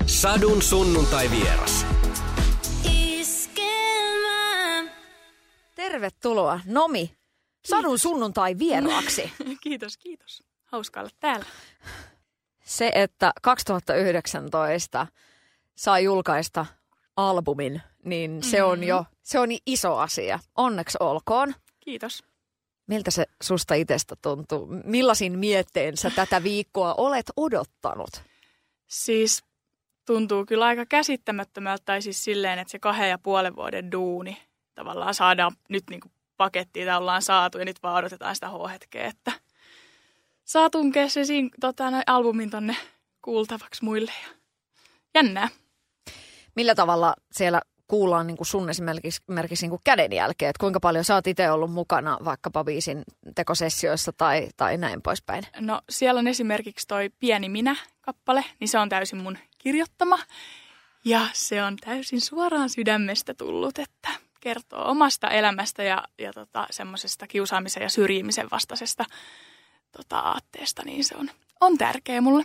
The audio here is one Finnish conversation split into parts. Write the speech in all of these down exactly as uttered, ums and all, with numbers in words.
Sadun sunnuntai vieras. Tervetuloa, Nomi, Sadun sunnuntai vieraaksi. Kiitos, kiitos. Hauska olla täällä. Se, että kaksituhattayhdeksäntoista saa julkaista albumin, niin se on jo se on iso asia. Onneksi olkoon. Kiitos. Miltä se susta itsestä tuntuu? Millaisin mietteen sä tätä viikkoa olet odottanut? Siis tuntuu kyllä aika käsittämättömältä, tai siis silleen, että se kahden ja puolen vuoden duuni tavallaan saadaan nyt niin kuin pakettiin, tai ollaan saatu, ja nyt vaan odotetaan sitä H-hetkeä, että saa tunkea se siinä, tota, noin albumin tonne kuultavaksi muille. Ja jännää. Millä tavalla siellä kuullaan niin kuin sun esimerkiksi niin kuin kädenjälkeen, että kuinka paljon sä oot itse ollut mukana vaikkapa biisin tekosessioissa tai, tai näin poispäin? No siellä on esimerkiksi toi Pieni minä-kappale, niin se on täysin mun kirjoittama. Ja se on täysin suoraan sydämestä tullut, että kertoo omasta elämästä ja, ja tota, semmoisesta kiusaamisen ja syrjimisen vastaisesta tota, aatteesta, niin se on, on tärkeä mulle.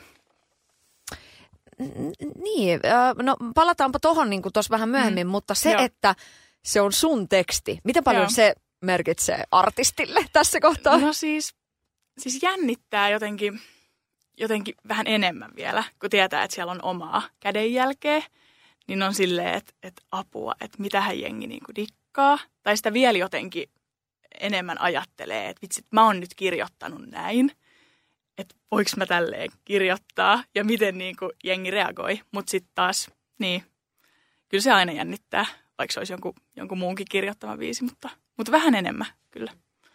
Niin, no palataanpa tuohon niin kuin tuossa vähän myöhemmin, mm. mutta se, Joo. että se on sun teksti, miten paljon Joo. se merkitsee artistille tässä kohtaa? No siis, siis jännittää jotenkin, jotenkin vähän enemmän vielä, kun tietää, että siellä on omaa kädenjälkeä, niin on silleen, että, että apua, että mitähän jengi niin kuin dikkaa. Tai sitä vielä jotenkin enemmän ajattelee, että vitsi, mä oon nyt kirjoittanut näin. Että voiko mä tälleen kirjoittaa ja miten niin kuin jengi reagoi. Mutta sitten taas, niin, kyllä se aina jännittää, vaikka se olisi jonkun, jonkun muunkin kirjoittama biisi, mutta, mutta vähän enemmän kyllä.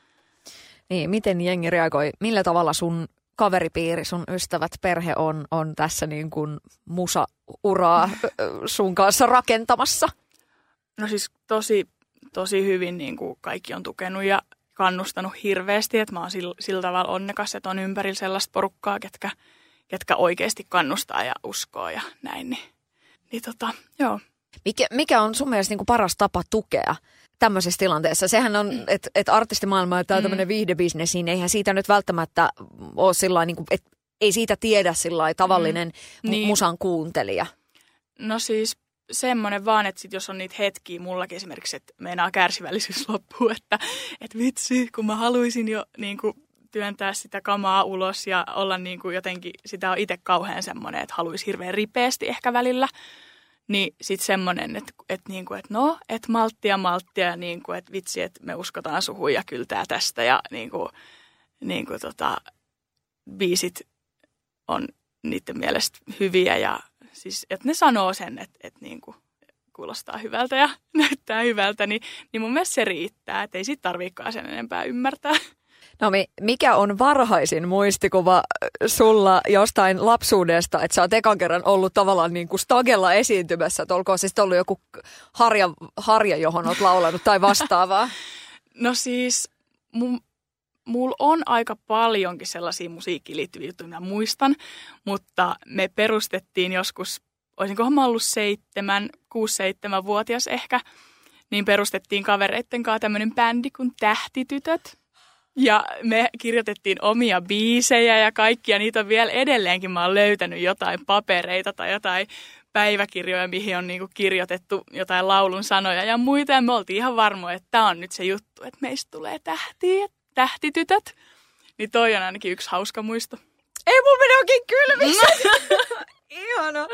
Niin, miten jengi reagoi? Millä tavalla sun kaveripiiri, sun ystävät, perhe on, on tässä niin kuin musauraa sun kanssa rakentamassa? No siis tosi, tosi hyvin niin kuin kaikki on tukenut ja kannustanut hirveästi, että mä oon sillä, sillä tavalla onnekas, että on ympärillä sellaista porukkaa, ketkä, ketkä oikeasti kannustaa ja uskoo ja näin. Niin, niin tota, joo. Mikä, mikä on sun mielestä niin kuin paras tapa tukea tämmöisessä tilanteessa? Sehän on, että et artistimaailma ja tämä tämmöinen viihdebisnes, niin eihän siitä nyt välttämättä ole sillä niin kuin, että ei siitä tiedä sillä tavallinen mm. niin. musan kuuntelija. No siis semmoinen vaan, että sit jos on niitä hetkiä mullakin esimerkiksi, että meinaa kärsivällisyys loppuu, että, että vitsi, kun mä haluaisin jo niin kuin työntää sitä kamaa ulos ja olla niin kuin jotenkin, sitä on itse kauhean semmoinen, että haluaisi hirveän ripeästi ehkä välillä, niin sitten semmoinen, että, että, niin kuin, että no, että malttia, malttia ja niin kuin, että vitsi, että me uskotaan suhun ja kyltää tästä ja niin kuin, niin kuin tota, biisit on niiden mielestä hyviä ja siis, että ne sanoo sen, että, että niin kuin kuulostaa hyvältä ja näyttää hyvältä, niin, niin mun mielestä se riittää, että ei sit tarvitsekaan sen enempää ymmärtää. No mikä on varhaisin muistikuva sulla jostain lapsuudesta, että sä oot ekan kerran ollut tavallaan niin kuin stagella esiintymässä, että olkoon siis ollut joku harja, harja johon oot laulanut tai vastaavaa? No siis mun, mulla on aika paljonkin sellaisia musiikkiin liittyviä juttuja, mä muistan, mutta me perustettiin joskus, olisinkohan mä ollut seitsemän, kuusi, seitsemänvuotias ehkä, niin perustettiin kavereitten kanssa tämmöinen bändi kuin Tähtitytöt. Ja me kirjoitettiin omia biisejä ja kaikkia, niitä on vielä edelleenkin. Mä oon löytänyt jotain papereita tai jotain päiväkirjoja, mihin on niinku kirjoitettu jotain laulun sanoja ja muita. Ja me oltiin ihan varmoja, että tää on nyt se juttu, että meistä tulee tähtiä, tähtitytöt. Niin toi on ainakin yksi hauska muisto. Ei mulla mene oikein kylmissä. Ihana.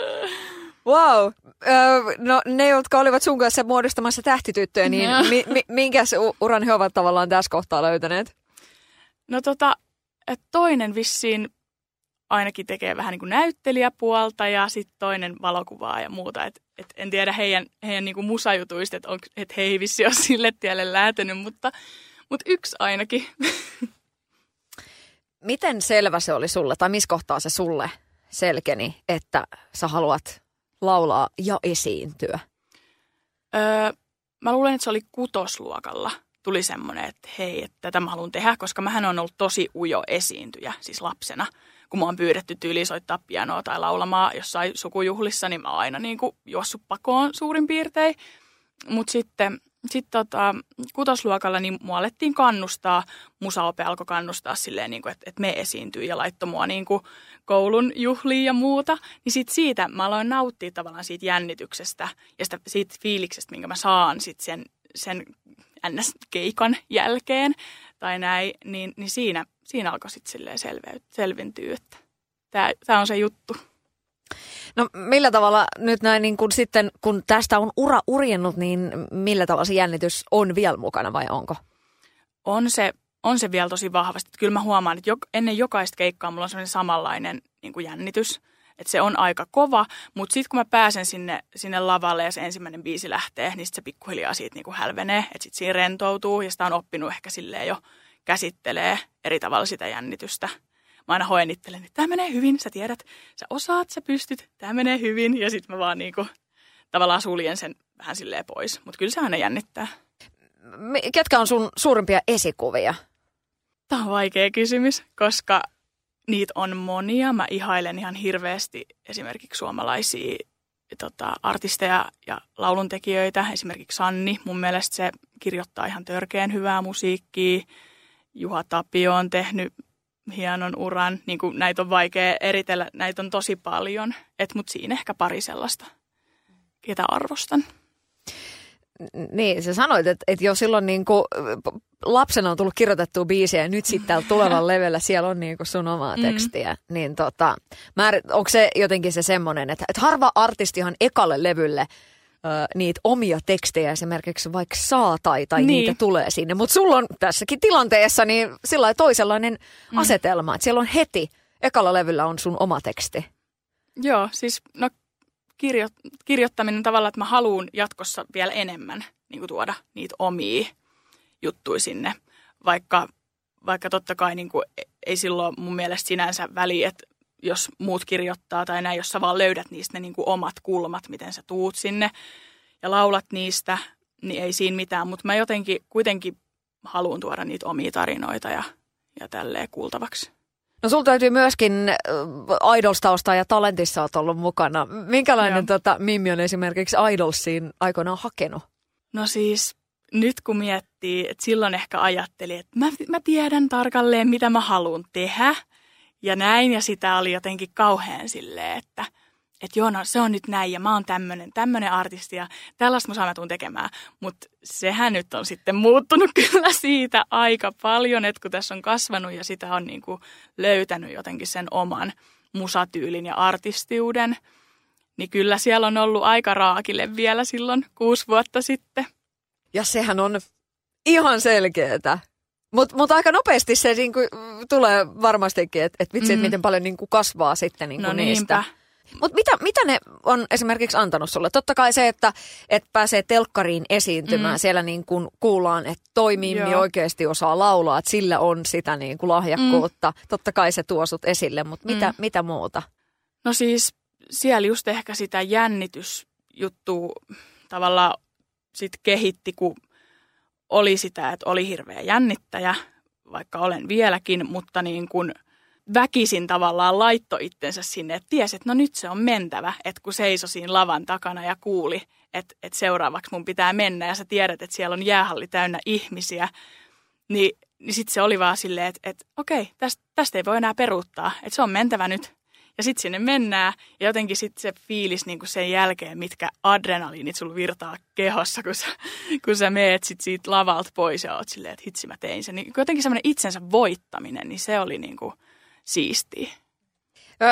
Wow. Öö, no ne, jotka olivat sun kanssa muodostamassa Tähtityttöjä, niin no. mi, mi, minkäs uran he ovat tavallaan tässä kohtaa löytäneet? No tota, että toinen vissiin ainakin tekee vähän niin kuin näyttelijäpuolta ja sitten toinen valokuvaa ja muuta. Et, et en tiedä heidän, heidän niin kuin musajutuista, että et he ei vissi ole sille tielle lähtenyt, mutta, mutta yksi ainakin. Miten selvä se oli sulle, tai missä kohtaa se sulle selkeni, että sä haluat laulaa ja esiintyä? Öö, mä luulen, että se oli kutosluokalla. Tuli semmoinen, että hei, että tätä mä haluan tehdä, koska mähän on ollut tosi ujo esiintyjä, siis lapsena. Kun mä oon pyydetty tyyliin soittaa pianoa tai laulamaan jossain sukujuhlissa, niin mä oon aina niin kuin juossut pakoon suurin piirtein. Mutta sitten sitten tota, kutosluokalla niin mua alettiin kannustaa, musaope alkoi kannustaa silleen, niin kuin, että, että me esiintyy ja laittoi mua niin kuin koulun juhliin ja muuta. Niin sit siitä mä aloin nauttia tavallaan siitä jännityksestä ja sitä, siitä fiiliksestä, minkä mä saan sit sen, sen N S-keikan jälkeen tai näin, niin, niin siinä, siinä alkoi sitten silleen selventyä, että tämä on se juttu. No millä tavalla nyt näin, niin kun sitten, kun tästä on ura urjennut, niin millä tavalla se jännitys on vielä mukana vai onko? On se, on se vielä tosi vahvasti. Kyllä mä huomaan, että jo, ennen jokaista keikkaa mulla on sellainen samanlainen niin kuin jännitys. Että se on aika kova, mutta sitten kun mä pääsen sinne, sinne lavalle ja se ensimmäinen biisi lähtee, niin sit se pikkuhiljaa siitä niin kuin hälvenee. Että sitten siinä rentoutuu ja sitä on oppinut ehkä silleen jo käsittelee eri tavalla sitä jännitystä. Mä aina hoennittelen, että tämä menee hyvin, sä tiedät, sä osaat, sä pystyt, tämä menee hyvin. Ja sitten mä vaan niinku tavallaan suljen sen vähän silleen pois. Mutta kyllä se aina jännittää. Ketkä on sun suurimpia esikuvia? Tämä on vaikea kysymys, koska niitä on monia. Mä ihailen ihan hirveästi esimerkiksi suomalaisia tota, artisteja ja lauluntekijöitä. Esimerkiksi Sanni, mun mielestä se kirjoittaa ihan törkeän hyvää musiikkia. Juha Tapio on tehnyt hienon uran, niin kuin näitä on vaikea eritellä, näitä on tosi paljon, mutta siinä ehkä pari sellaista, ketä arvostan. Niin, sä sanoit, että, että jo silloin niin kuin lapsena on tullut kirjoitettua biisejä ja nyt sitten täällä tulevalla levyllä siellä on niin kuin sun omaa tekstiä. Mm. Niin tota, onko se jotenkin se semmoinen, että, että harva artistihan ekalle levylle Uh, niitä omia tekstejä esimerkiksi vaikka saa tai, tai niin. niitä tulee sinne. Mutta sulla on tässäkin tilanteessa niin sillä toisenlainen mm. asetelma, että siellä on heti, ekalla levyllä on sun oma teksti. Joo, siis no kirjo- kirjoittaminen tavallaan, että mä haluan jatkossa vielä enemmän niin kuin tuoda niitä omia juttuja sinne. Vaikka, vaikka totta kai niin kuin, ei silloin mun mielestä sinänsä väliä, että jos muut kirjoittaa tai näin, jos sä vaan löydät niistä ne niin kuin omat kulmat, miten sä tuut sinne ja laulat niistä, niin ei siinä mitään. Mutta mä jotenkin kuitenkin haluan tuoda niitä omia tarinoita ja, ja tälleen kuultavaksi. No sulla täytyy myöskin äh, Idols-taustaa ja Talentissa olet ollut mukana. Minkälainen tota, Mimmi on esimerkiksi Idolsiin aikoinaan hakenut? No siis nyt kun miettii, että silloin ehkä ajattelin, että mä, mä tiedän tarkalleen, mitä mä haluan tehdä. Ja näin, ja sitä oli jotenkin kauhean silleen, että, että joo, no se on nyt näin, ja mä oon tämmönen, tämmönen artisti, ja tällaista musaa mä tuun tekemään. Mutta sehän nyt on sitten muuttunut kyllä siitä aika paljon, että kun tässä on kasvanut, ja sitä on niinku löytänyt jotenkin sen oman musatyylin ja artistiuden, niin kyllä siellä on ollut aika raakille vielä silloin kuusi vuotta sitten. Ja sehän on ihan selkeätä. Mutta mut aika nopeasti se niinku tulee varmastikin, että et vitsi, mm. että miten paljon niinku kasvaa sitten niinku no niistä. Mutta mitä, mitä ne on esimerkiksi antanut sulle? Totta kai se, että et pääsee telkkariin esiintymään. Mm. Siellä niinku kuullaan, että toi Mimmi oikeasti osaa laulaa, että sillä on sitä niinku lahjakkuutta. Mm. Totta kai se tuo sut esille, mutta mitä, mm. mitä muuta? No siis siellä just ehkä sitä jännitysjuttua tavallaan sit kehitti, kun oli sitä, että oli hirveä jännittäjä, vaikka olen vieläkin, mutta niin kuin väkisin tavallaan laittoi itsensä sinne, että tiesi, että no nyt se on mentävä, että kun seisoi siinä lavan takana ja kuuli, että, että seuraavaksi mun pitää mennä ja sä tiedät, että siellä on jäähalli täynnä ihmisiä, niin, niin sitten se oli vaan silleen, että, että okei, tästä, tästä ei voi enää peruuttaa, että se on mentävä nyt. Ja sitten sinne mennään ja jotenkin sitten se fiilis niin kuin sen jälkeen, mitkä adrenaliinit sulla virtaa kehossa, kun sä, kun sä meet sit siitä lavalta pois ja oot silleen, että hitsi mä tein sen. Niin jotenkin semmoinen itsensä voittaminen, niin se oli niin kuin siistiä. Öö,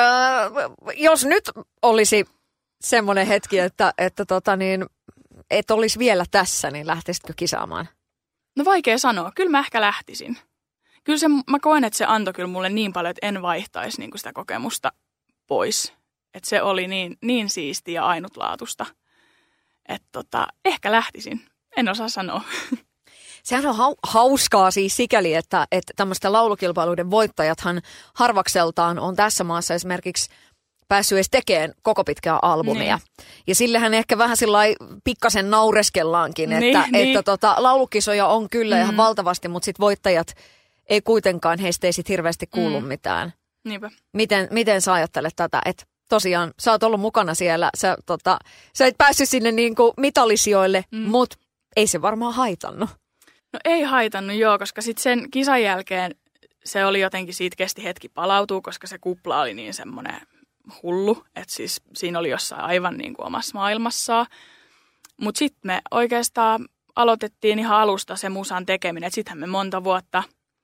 jos nyt olisi semmoinen hetki, että, että tota niin, et olisi vielä tässä, niin lähtisitkö kisaamaan? No vaikea sanoa. Kyllä mä ehkä lähtisin. Kyllä se, mä koen, että se antoi kyllä mulle niin paljon, että en vaihtaisi niin kuin sitä kokemusta pois. Että se oli niin, niin siistiä ja ainutlaatusta, että tota, ehkä lähtisin. En osaa sanoa. Sehän on hauskaa siis sikäli, että, että tämmöistä laulukilpailuiden voittajathan harvakseltaan on tässä maassa esimerkiksi päässyt edes tekemään koko pitkää albumia. Niin. Ja sillehän ehkä vähän sillai pikkasen naureskellaankin, että, niin, että niin. Tota, laulukisoja on kyllä mm-hmm. ihan valtavasti, mutta sit voittajat ei kuitenkaan, heistä ei sit hirveästi kuulu mm. mitään. Niinpä. Miten, miten sä ajattelet tätä, että tosiaan sä oot ollut mukana siellä, sä, tota, sä et päässyt sinne niinku mitallisijoille, mm. mutta ei se varmaan haitannut. No ei haitannut joo, koska sitten sen kisan jälkeen se oli jotenkin, siitä kesti hetki palautua, koska se kupla oli niin semmoinen hullu, että siis siinä oli jossain aivan niin kuin omassa maailmassaan. Mutta sitten me oikeastaan aloitettiin ihan alusta se musan tekeminen, että sittenhän me monta vuotta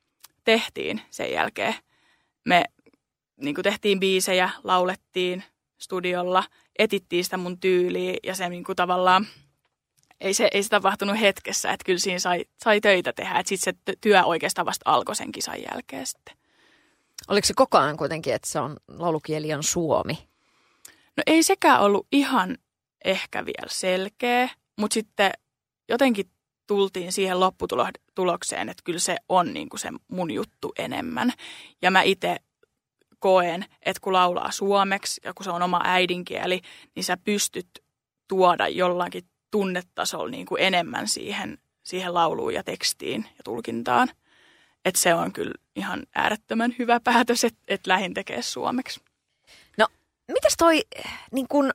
tehtiin sen jälkeen. Me niin kuin tehtiin biisejä, laulettiin studiolla, etittiin sitä mun tyyliä ja se niin kuin tavallaan, ei se, ei se tapahtunut hetkessä, että kyllä siinä sai, sai töitä tehdä, että sitten se työ oikeastaan vasta alkoi sen kisan jälkeen sitten. Oliko se koko ajan kuitenkin, että se on laulukieli on suomi? No ei sekään ollut ihan ehkä vielä selkeä, mutta sitten jotenkin tultiin siihen lopputulokseen, että kyllä se on niin kuin se mun juttu enemmän. Ja mä itse koen, että kun laulaa suomeksi ja kun se on oma äidinkieli, niin sä pystyt tuoda jollakin tunnetasolla niin kuin enemmän siihen, siihen lauluun ja tekstiin ja tulkintaan. Että se on kyllä ihan äärettömän hyvä päätös, että et lähdin tekemään suomeksi. No, mitäs toi niin kun,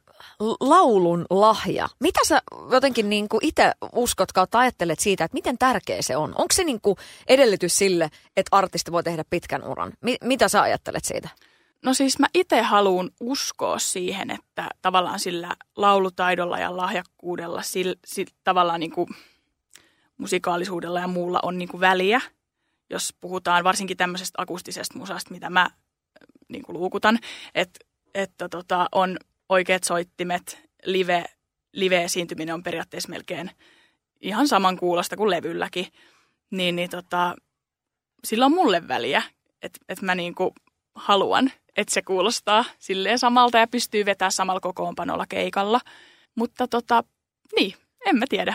laulun lahja? Mitä sä jotenkin niin kun itse uskot kautta ajattelet siitä, että miten tärkeä se on? Onko se niin kun edellytys sille, että artisti voi tehdä pitkän uran? Mi- mitä sä ajattelet siitä? No siis mä itse haluan uskoa siihen, että tavallaan sillä laulutaidolla ja lahjakkuudella, sillä, sillä tavallaan niin kuin musikaalisuudella ja muulla on niin kuin väliä. Jos puhutaan varsinkin tämmöisestä akustisesta musasta, mitä mä niin kuin luukutan, että, että tota, on oikeat soittimet, live, live-esiintyminen on periaatteessa melkein ihan saman kuulosta kuin levylläkin, niin, niin tota, sillä on mulle väliä, että, että mä niin kuin haluan, että se kuulostaa silleen samalta ja pystyy vetämään samalla kokoonpanolla keikalla, mutta tota, niin, en mä tiedä.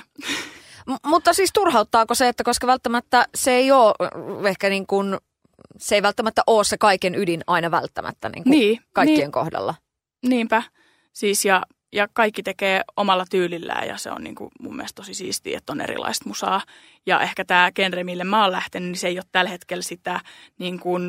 M- mutta siis turhauttaako se, että koska välttämättä se ei ole ehkä niin kuin, se ei välttämättä ole se kaiken ydin aina välttämättä niin kuin niin, kaikkien niin, kohdalla. Niinpä. Siis ja, ja kaikki tekee omalla tyylillään ja se on niin kuin mun mielestä tosi siistiä, että on erilaista musaa. Ja ehkä tämä genre, mille mä oon lähtenyt, niin se ei ole tällä hetkellä sitä niin kuin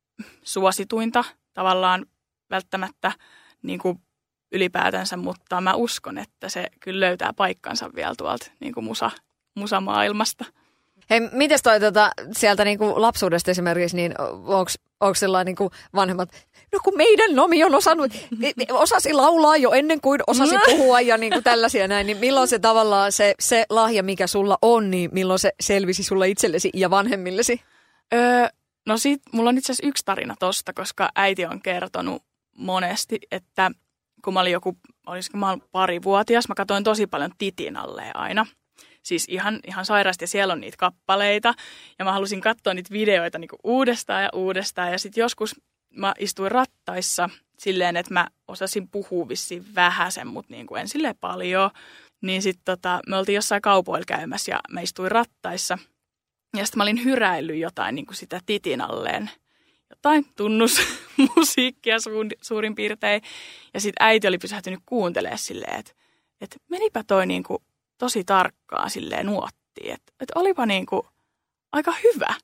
suosituinta tavallaan välttämättä niin kuin ylipäätänsä, mutta mä uskon, että se kyllä löytää paikkansa vielä tuolta niin kuin musa, musamaailmasta. Hei, mites toi tota, sieltä niinku lapsuudesta esimerkiksi, niin onko sellainen niinku vanhemmat, no kun meidän Nomi on osannut, osasi laulaa jo ennen kuin osasi puhua ja niinku tällaisia näin, niin milloin se tavallaan se, se lahja, mikä sulla on, niin milloin se selvisi sulla itsellesi ja vanhemmillesi? Öö, no sit mulla on itse asiassa yksi tarina tosta, koska äiti on kertonut monesti, että kun mä olin joku, olisiko mä olin parivuotias, mä katsoin tosi paljon Titin alle aina. Siis ihan, ihan sairaasti ja siellä on niitä kappaleita ja mä halusin katsoa niitä videoita niinku uudestaan ja uudestaan. Ja sitten joskus mä istuin rattaissa silleen, että mä osasin puhua vissiin vähäsen, mutta niinku en silleen paljon. Niin sitten tota, me oltiin jossain kaupoilla käymässä ja mä istuin rattaissa. Ja sitten mä olin hyräillyt jotain niinku sitä Titin alleen. Jotain tunnusmusiikkia suurin piirtein. Ja sitten äiti oli pysähtynyt kuuntelemaan silleen, että, että menipä toi niinku tosi tarkkaan silleen nuottiin, että, että olipa niinku aika hyvä.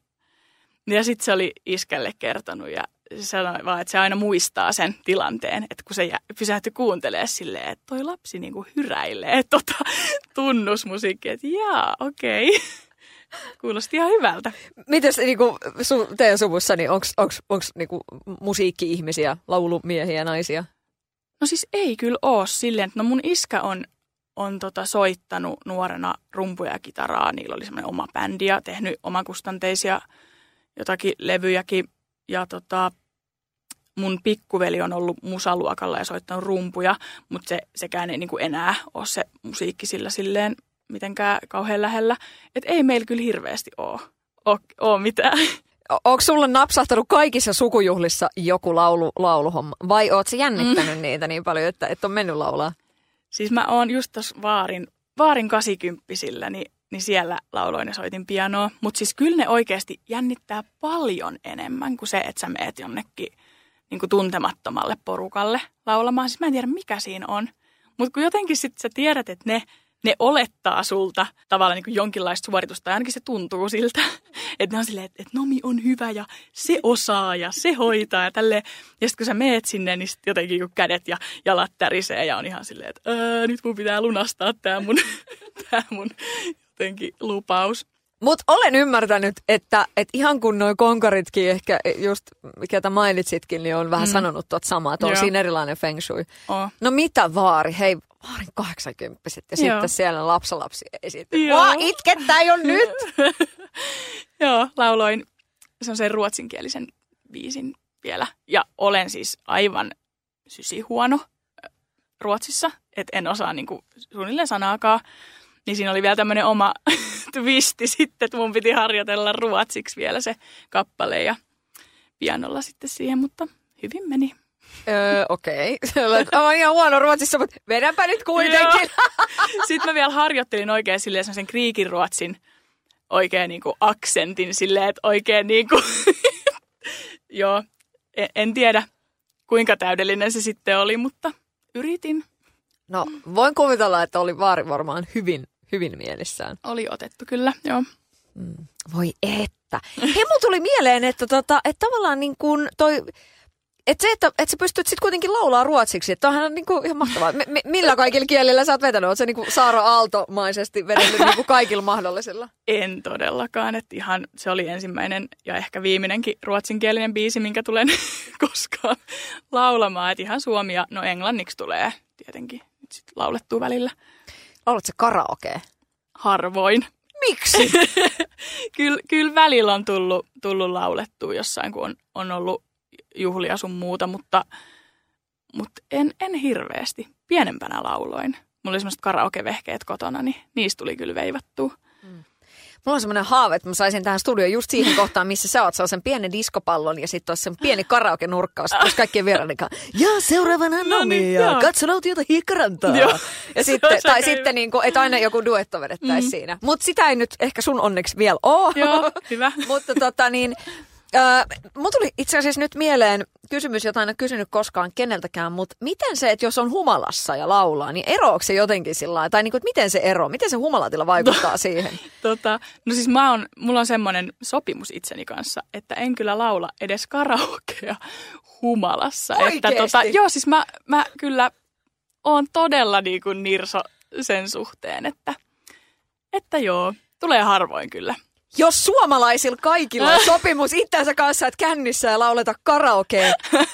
Ja sitten se oli iskälle kertonut ja se sanoi vaan, että se aina muistaa sen tilanteen, että kun se pysähtyi kuuntelemaan silleen, että toi lapsi niinku hyräilee tota tunnusmusiikkia, että jaa, okei. Okay. Kuulosti ihan hyvältä. Mites niinku, su, teidän suvussa, niin onko niinku, musiikki-ihmisiä, laulumiehiä, naisia? No siis ei kyllä ole silleen, että no mun iskä on on tota soittanut nuorena rumpuja ja kitaraa. Niillä oli semmoinen oma bändi ja tehnyt omakustanteisia jotakin levyjäkin. Ja tota, mun pikkuveli on ollut musaluokalla ja soittanut rumpuja, mutta se, sekään ei niinku enää ole se musiikki sillä silleen mitenkään kauhean lähellä. Että ei meillä kyllä hirveästi ole, ole, ole mitään. Onko sulla napsahtanut kaikissa sukujuhlissa joku laulu, lauluhomma vai ootko sä jännittänyt mm. niitä niin paljon, että et ole mennyt laulaa? Siis mä oon just tossa Vaarin, Vaarin kasikymmentä, niin, niin siellä lauloin ja soitin pianoa. Mutta siis kyllä ne oikeasti jännittää paljon enemmän kuin se, että sä meet jonnekin niin kuin tuntemattomalle porukalle laulamaan. Siis mä en tiedä, mikä siinä on. Mutta kun jotenkin sitten sä tiedät, että ne, ne olettaa sulta tavallaan niin kuin jonkinlaista suoritusta, tai ainakin se tuntuu siltä. Että ne on silleen, että, että Nomi on hyvä ja se osaa ja se hoitaa ja tälleen. Ja sitten kun sä meet sinne, niin sitten jotenkin kun kädet ja jalat tärisee ja on ihan silleen, että nyt mun pitää lunastaa tää mun, tää mun jotenkin lupaus. Mutta olen ymmärtänyt, että, että ihan kun noi konkaritkin ehkä just, ketä mainitsitkin, niin on vähän mm. sanonut tuota samaa, että on Joo. siinä erilainen feng shui. Oh. No mitä vaari? Hei, vaarin kahdeksankymppiset ja Joo. sitten siellä lapsalapsi esitti. Vaan itkettää jo nyt! Joo, lauloin sen ruotsinkielisen biisin vielä. Ja olen siis aivan sysihuono Ruotsissa, että en osaa niinku suunnilleen sanaakaan. Niin siinä oli vielä tämmöinen oma twisti sitten, että mun piti harjoitella ruotsiksi vielä se kappale ja pianolla sitten siihen, mutta hyvin meni. Öö, okei. Okay. Olen ihan huono Ruotsissa, mutta vedänpä nyt kuitenkin. Sitten mä vielä harjoittelin oikein silleen sen kriikin ruotsin oikein niinku aksentin silleen, että oikein niinku, joo, en, en tiedä kuinka täydellinen se sitten oli, mutta yritin. No, voin kuvitella, että oli vaari varmaan hyvin, hyvin mielessään. Oli otettu kyllä, joo. Mm, voi että. Hei, mulla tuli mieleen, että, tota, että tavallaan niin kuin toi, että se, että, että sä pystyt sitten kuitenkin laulaa ruotsiksi, että onhan niin kuin ihan mahtavaa. M- m- millä kaikilla kielillä sä oot vetänyt? Oot sä niin kuin Saara Aalto-maisesti vedellyt niin kuin kaikilla mahdollisilla? En todellakaan, että ihan se oli ensimmäinen ja ehkä viimeinenkin ruotsinkielinen biisi, minkä tulen koskaan laulamaan. Että ihan suomi ja no englanniksi tulee tietenkin sit laulettua välillä. Laulat sä karaokea? Harvoin. Miksi? Kyllä kyl välillä on tullut, tullut laulettua jossain, kun on, on ollut juhlia sun muuta, mutta, mutta en, en hirveästi. Pienempänä lauloin. Mulla oli semmoiset karaokevehkeet kotona, niin niistä tuli kyllä veivattua. Mm. Mulla on semmoinen haave, että mä saisin tähän studioon just siihen kohtaan, missä sä oot sellaisen pienen diskopallon ja sitten olisi sen pieni karaoke-nurkkaus, jos kaikkien vieraiden kanssa. Ja seuraavana no niin, ja katso nautiota hiekkarantaa. Ja sitten, tai sitten niin kuin, että aina joku duetto vedettäisiin mm. siinä. Mutta sitä ei nyt ehkä sun onneksi vielä ole. Joo, hyvä. Mutta tota niin, äh, mun tuli itse asiassa nyt mieleen kysymys, jota en ole kysynyt koskaan keneltäkään, mutta miten se, että jos on humalassa ja laulaa, niin eroako se jotenkin sillä lailla? Tai niin kuin, että miten se ero, miten se humalatila vaikuttaa no, siihen? Tota, no siis mä on, mulla on semmoinen sopimus itseni kanssa, että en kyllä laula edes karaokea humalassa. Oikeesti? Että tota, joo, siis mä, mä kyllä oon todella niin kuin nirso sen suhteen, että, että joo, tulee harvoin kyllä. Jos suomalaisilla kaikilla on sopimus itsensä kanssa, että kännissä ja lauleta karaokea,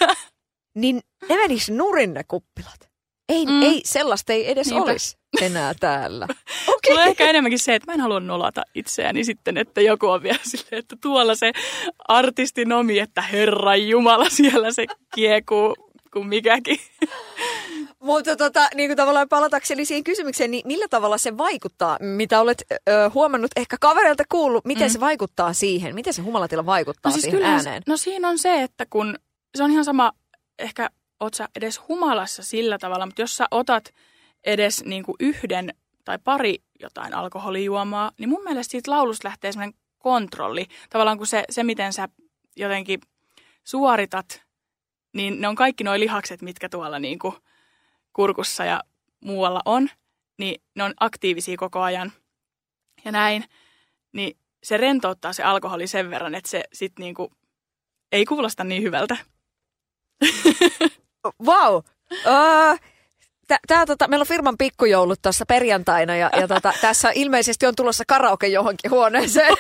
niin ne menis nurin ne kuppilat. Ei, mm. ei sellaista ei edes Niinpä. olisi enää täällä. Okay. Mulla on ehkä enemmänkin se, että mä en halua nolata itseäni sitten, että joku on vielä silleen, että tuolla se artistin omi, että Herran Jumala siellä se kiekuu kuin mikäkin. Mutta tota, niin kuin tavallaan palatakseni siihen kysymykseen, niin millä tavalla se vaikuttaa, mitä olet ö, huomannut, ehkä kavereilta kuullut, miten mm. se vaikuttaa siihen, miten se humalatila vaikuttaa no siis siihen kyllä, ääneen? No siinä on se, että kun se on ihan sama, ehkä oot sä edes humalassa sillä tavalla, mutta jos sä otat edes niin kuin yhden tai pari jotain alkoholijuomaa, niin mun mielestä siitä laulusta lähtee semmoinen kontrolli. Tavallaan kun se, se, miten sä jotenkin suoritat, niin ne on kaikki nuo lihakset, mitkä tuolla niin kuin kurkussa ja muualla on, niin ne on aktiivisia koko ajan. Ja näin, niin se rentouttaa se alkoholi sen verran, että se sitten niinku ei kuulosta niin hyvältä. Vau! Wow. Uh, tää, tota, meillä on firman pikkujoulut tuossa perjantaina ja, ja tota, tässä ilmeisesti on tulossa karaoke johonkin huoneeseen.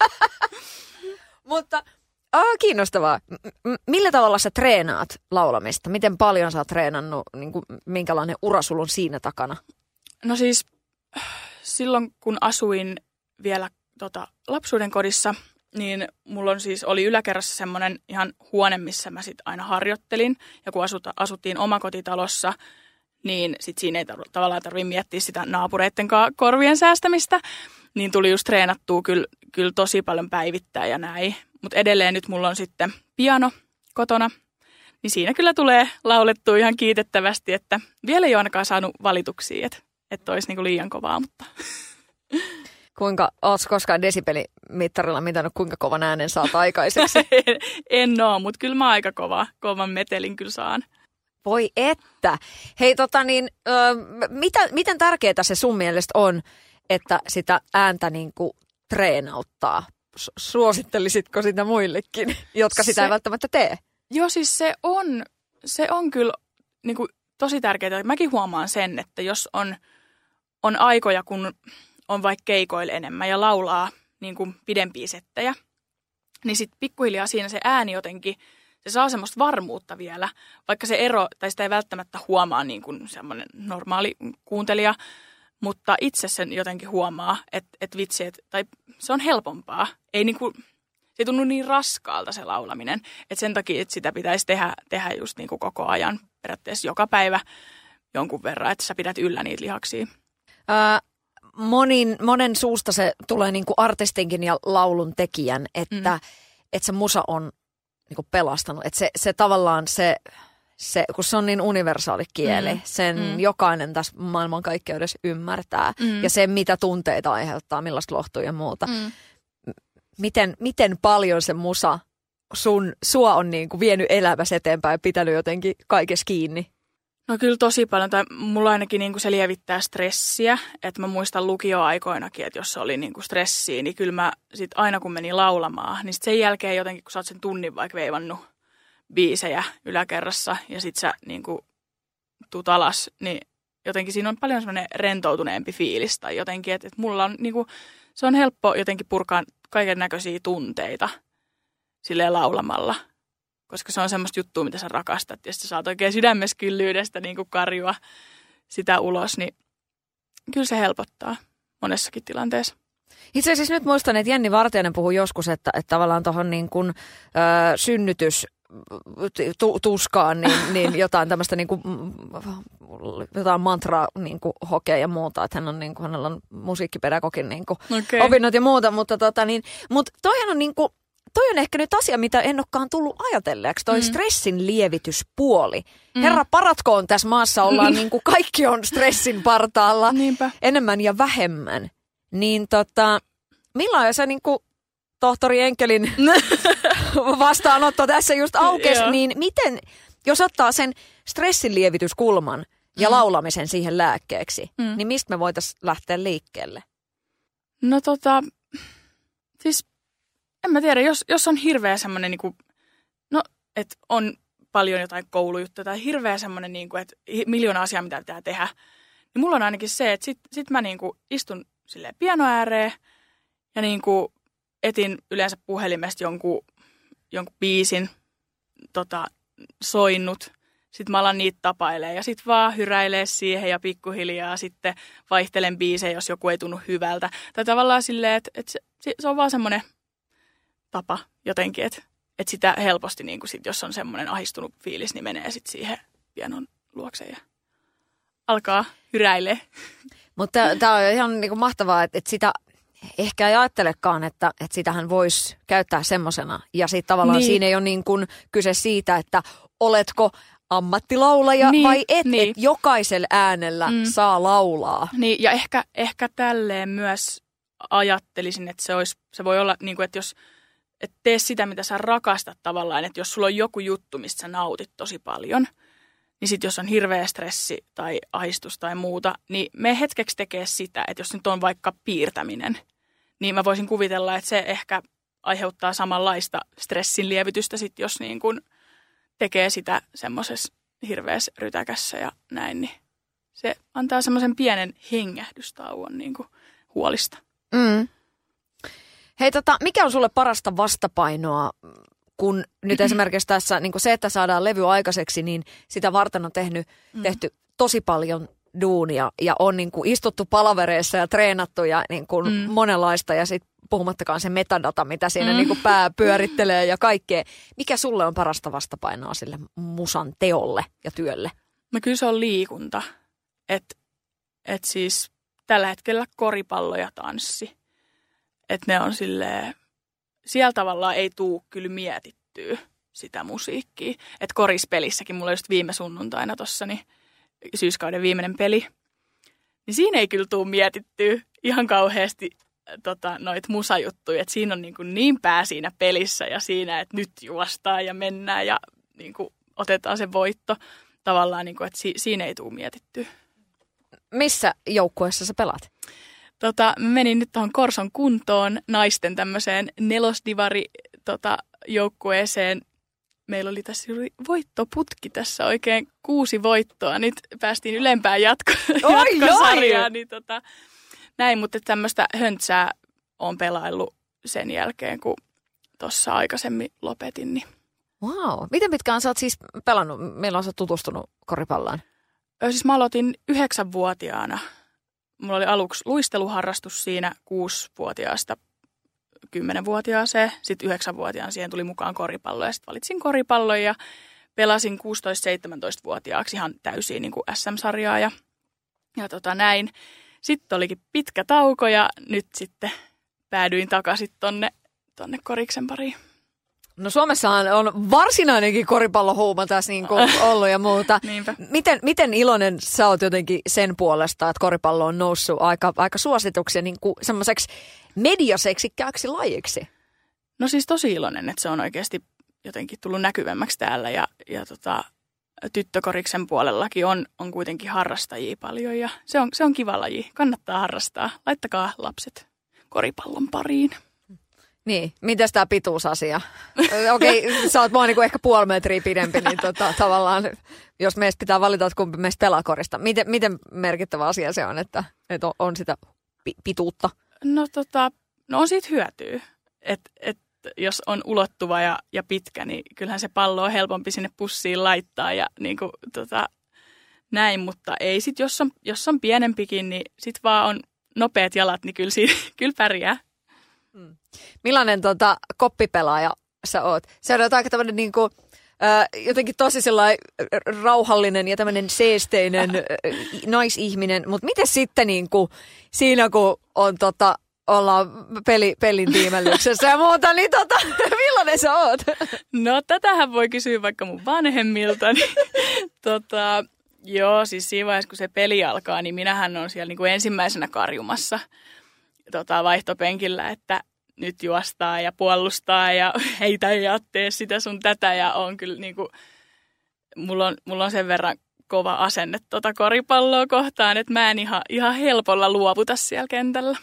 Mutta oh, kiinnostavaa. M- millä tavalla sä treenaat laulamista? Miten paljon sä oot treenannut? Niin kuin, minkälainen ura sulla on siinä takana? No siis silloin kun asuin vielä tota, lapsuuden kodissa, niin mulla on siis, oli yläkerrassa semmoinen ihan huone, missä mä sit aina harjoittelin. Ja kun asuta, asuttiin omakotitalossa, niin sit siinä ei tar- tavallaan tarvitse miettiä sitä naapureitten korvien säästämistä. Niin tuli just treenattua kyllä, kyllä tosi paljon päivittäin ja näin. Mutta edelleen nyt mulla on sitten piano kotona, niin siinä kyllä tulee laulettua ihan kiitettävästi, että vielä ei ole ainakaan saanut valituksia, että, että olisi niinku liian kovaa, mutta... Kuinka, ootko koskaan desibelimittarilla mitannut, kuinka kovan äänen saat aikaiseksi? en, en oo, mutta kyllä mä aika kova, kovan metelin kyllä saan. Voi että. Hei tota niin, ö, mitä, miten tärkeää se sun mielestä on, että sitä ääntä niinku treenauttaa? Suosittelisitko sitä muillekin, jotka sitä se, ei välttämättä tee? Joo, siis se on, se on kyllä niin kuin, tosi tärkeää. Mäkin huomaan sen, että jos on, on aikoja, kun on vaikka keikoilla enemmän ja laulaa niin kuin pidempiä settejä, niin sitten pikkuhiljaa siinä se ääni jotenkin, se saa semmoista varmuutta vielä, vaikka se ero, tai sitä ei välttämättä huomaa niin kuin semmoinen normaali kuuntelija, mutta itse sen jotenkin huomaa, että, että vitsi, että, tai se on helpompaa. Ei niin kuin, se ei tunnu niin raskaalta se laulaminen, että sen takia että sitä pitäisi tehdä, tehdä just niin kuin koko ajan, periaatteessa joka päivä jonkun verran, että sä pidät yllä niitä lihaksia. Ää, monin, monen suusta se tulee niin kuin artistinkin ja laulun tekijän, että, mm. että se musa on niin kuin pelastanut. Että se, se tavallaan se, se, kun se on niin universaali kieli, mm. sen mm. jokainen tässä maailmankaikkeudessa ymmärtää. Mm. Ja se, mitä tunteita aiheuttaa, millaista lohtua ja muuta. Mm. Miten, miten paljon se musa sun, sua on niin kuin vienyt elämässä eteenpäin ja pitänyt jotenkin kaikessa kiinni? No kyllä tosi paljon. Tai mulla ainakin niin kuin se lievittää stressiä. Että mä muistan lukioaikoinakin, että jos se oli niin kuin stressiä, niin kyllä mä sit aina kun menin laulamaan, niin sit sen jälkeen jotenkin, kun sä oot sen tunnin vaikka veivannut biisejä yläkerrassa ja sit sä niin kuin tuut alas, niin jotenkin siinä on paljon semmoinen rentoutuneempi fiilis. Tai jotenkin, että, että mulla on niin kuin, se on helppo jotenkin purkaa kaiken näköisiä tunteita silleen laulamalla. Koska se on semmoista juttua, mitä sä rakastat ja sitten sä saat oikein sydämessä kyllyydestä niin kuin karjua sitä ulos, niin kyllä se helpottaa monessakin tilanteessa. Itse asiassa nyt muistan, että Jenni Vartiainen puhui joskus, että, että tavallaan tuohon niin kuin, ö, synnytys tu, tuskaan, niin, niin jotain tämmöistä niin kuin, jotain mantraa niin kuin hokea ja muuta, että hän on, niin kuin, hänellä on musiikkipedagogin niin kuin okay. opinnot ja muuta, mutta tota, niin, mutta toihan on niin kuin, toi on ehkä nyt asia, mitä en olekaan tullut ajatelleeksi, toi mm. stressin lievityspuoli. Mm. Herra paratkoon, tässä maassa ollaan niin kuin kaikki on stressin partaalla, Niinpä. enemmän ja vähemmän. Niin tota, millainen se niin kuin tohtori Enkelin vastaanotto tässä just aukesi, niin miten, jos ottaa sen stressin lievityskulman ja mm. laulamisen siihen lääkkeeksi, mm. niin mistä me voitaisiin lähteä liikkeelle? No tota, siis en mä tiedä, jos, jos on hirveä semmoinen, niin kuin, no, että on paljon jotain koulujuttuja tai hirveä semmoinen, niin kuin, että miljoona asiaa, mitä pitää tehdä, niin mulla on ainakin se, että sit, sit mä niin kuin istun silleen piano ääreen ja niin kuin etin yleensä puhelimesta jonkun, jonkun biisin tota, soinnut. Sitten mä alan niitä tapailee ja sitten vaan hyräilee siihen ja pikkuhiljaa sitten vaihtelen biisejä, jos joku ei tunnu hyvältä. Tai tavallaan silleen, että, että se, se on vaan semmoinen tapa jotenkin, että, että sitä helposti, niin kuin sit, jos on semmoinen ahistunut fiilis, niin menee sitten siihen pianon luokse ja alkaa hyräilee. Mutta tämä on ihan niin kuin mahtavaa, että, että sitä ehkä ei ajattelekaan, että, että sitähän voisi käyttää semmosena. Ja sitten tavallaan niin. Siinä ei ole niin kuin kyse siitä, että oletko ammattilaulaja niin, vai et, niin. Että jokaisella äänellä mm. saa laulaa. Niin, ja ehkä, ehkä tälleen myös ajattelisin, että se, olisi, se voi olla, niin kuin, että jos et tee sitä, mitä sä rakastat tavallaan, että jos sulla on joku juttu, mistä sä nautit tosi paljon, niin sitten jos on hirveä stressi tai ahdistus tai muuta, niin me hetkeksi tekee sitä, että jos nyt on vaikka piirtäminen, niin mä voisin kuvitella, että se ehkä aiheuttaa samanlaista stressin lievitystä sitten, jos niin kun tekee sitä semmoisessa hirveässä rytäkässä ja näin, niin se antaa semmoisen pienen hengähdystauon niin kuin huolista. Mm. Hei, tota, mikä on sulle parasta vastapainoa, kun nyt esimerkiksi tässä niin kuin se, että saadaan levy aikaiseksi, niin sitä varten on tehnyt, mm. tehty tosi paljon duunia ja on niin kuin istuttu palavereissa ja treenattu ja niin kuin mm. monenlaista ja sitten puhumattakaan se metadata, mitä siinä mm. niin kuin pää pyörittelee ja kaikkea. Mikä sulle on parasta vastapainoa sille musan teolle ja työlle? No kyllä se on liikunta. Että et siis tällä hetkellä koripallo ja tanssi. Että ne on silleen, siellä tavallaan ei tuu kyllä mietittyä sitä musiikkia. Että korispelissäkin, mulla just viime sunnuntaina tossa, niin syyskauden viimeinen peli, niin siinä ei kyllä tuu mietittyä ihan kauheasti tota, noita musajuttuja. Että siinä on niin, kuin niin pää siinä pelissä ja siinä, että nyt juostaan ja mennään ja niin kuin otetaan se voitto. Tavallaan, niin kuin, että si- siinä ei tuu mietittyä. Missä joukkueessa sä pelaat? Tota, menin nyt tuohon Korson kuntoon naisten tämmöiseen nelosdivari tota, joukkueeseen. Meillä oli tässä juuri voittoputki tässä oikein kuusi voittoa. Nyt päästiin ylempään jatko- jatkosarjaan. Niin, tota, näin, mutta tämmöistä höntsää on pelaillut sen jälkeen, kun tuossa aikaisemmin lopetin. Niin. Wow. Miten pitkään sä oot siis pelannut? Milloin sä oot tutustunut koripalloon? Siis mä aloitin yhdeksänvuotiaana. Mulla oli aluksi luisteluharrastus siinä kuusivuotiaasta kymmenvuotiaaseen. Sitten yhdeksänvuotiaan siihen tuli mukaan koripallo ja sitten valitsin koripallon ja pelasin kuusitoista-seitsemäntoistavuotiaaksi ihan täysin niin kuin S M-sarjaa ja, ja tota näin. Sitten olikin pitkä tauko ja nyt sitten päädyin takaisin tonne, tonne koriksen pariin. No Suomessahan on varsinainenkin koripallohuuma tässä niin kuin ollut ja muuta. Miten, miten iloinen sä oot jotenkin sen puolesta, että koripallo on noussut aika, aika suosituksi ja niin kuin semmoiseksi mediaseksikkääksi lajiksi? No siis tosi iloinen, että se on oikeasti jotenkin tullut näkyvämmäksi täällä ja, ja tota, tyttökoriksen puolellakin on, on kuitenkin harrastajia paljon ja se on, se on kiva laji. Kannattaa harrastaa. Laittakaa lapset koripallon pariin. Niin, mitäs tämä pituusasia? Okei, okay, sä oot mua niinku ehkä puoli metriä pidempi, niin tota, tavallaan, jos meistä pitää valita, että kumpi meistä pelaa korista. Miten, miten merkittävä asia se on, että, että on sitä pi- pituutta? No, tota, no on siitä hyötyä. Että et, jos on ulottuva ja, ja pitkä, niin kyllähän se pallo on helpompi sinne pussiin laittaa ja niin kuin, tota, näin. Mutta ei sit, jos on, jos on pienempikin, niin sit vaan on nopeat jalat, niin kyllä, siinä, kyllä pärjää. Hmm. Millainen tota, koppipelaaja sä oot? Sä oot aika tämmöinen niinku, äh, jotenkin tosi sellainen rauhallinen ja tämmöinen seesteinen äh, naisihminen, mutta miten sitten niinku, siinä kun on, tota, ollaan peli, pelin tiimellyksessä ja muuta, niin tota, millainen sä oot? No tätähän voi kysyä vaikka mun vanhemmilta. Niin, tota, joo, siis siinä vaiheessa kun se peli alkaa, niin minähän on siellä niinku ensimmäisenä karjumassa. Tota, vaihtopenkillä, että nyt juostaa ja puolustaa ja heitä ja tee sitä sun tätä ja on kyllä niinku, mulla on, mulla on sen verran kova asenne tota koripalloa kohtaan, että mä en ihan, ihan helpolla luovuta siellä kentällä.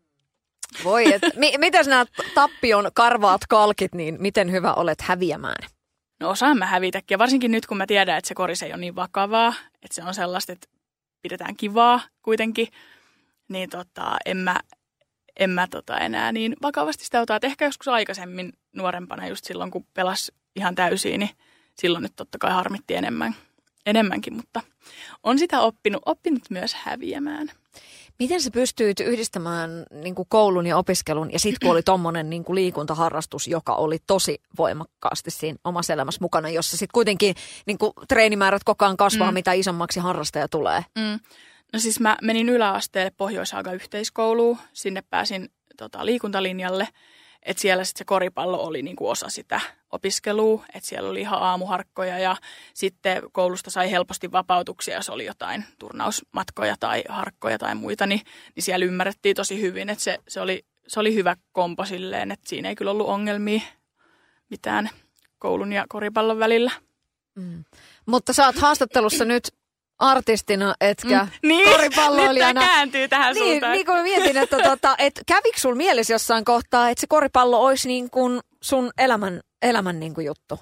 Voi, et, mi- mitäs nämä tappion karvaat kalkit, niin miten hyvä olet häviämään? No osaan mä hävitäkin ja varsinkin nyt kun mä tiedän, että se koris ei ole niin vakavaa, että se on sellaista, että pidetään kivaa kuitenkin, niin tota, en mä En mä tota enää niin vakavasti sitä ota, että ehkä joskus aikaisemmin nuorempana just silloin, kun pelasi ihan täysiin, niin silloin nyt totta kai harmitti enemmän, enemmänkin, mutta on sitä oppinut, oppinut myös häviämään. Miten sä pystyit yhdistämään niin kuin koulun ja opiskelun ja sitten kun oli tommonen niin kuin liikuntaharrastus, joka oli tosi voimakkaasti siinä omassa elämässä mukana, jossa sitten kuitenkin niin kuin treenimäärät koko ajan kasvaa, mm. mitä isommaksi harrastaja tulee? Mm. No siis mä menin yläasteelle Pohjois-Haagan yhteiskouluun, sinne pääsin tota, liikuntalinjalle, että siellä sitten se koripallo oli niinku osa sitä opiskelua, että siellä oli ihan aamuharkkoja ja sitten koulusta sai helposti vapautuksia, jos oli jotain turnausmatkoja tai harkkoja tai muita, niin, niin siellä ymmärrettiin tosi hyvin, että se, se, oli, se oli hyvä kompo silleen, että siinä ei kyllä ollut ongelmia mitään koulun ja koripallon välillä. Mm. Mutta sä oot haastattelussa nyt artistina, etkä mm, niin, koripalloilijana. Nyt kääntyy tähän niin, suuntaan. niin kuin mietin, että tota, et kävikö sul mielessä jossain kohtaa, että se koripallo olisi niin kuin sun elämän, elämän niin kuin juttu?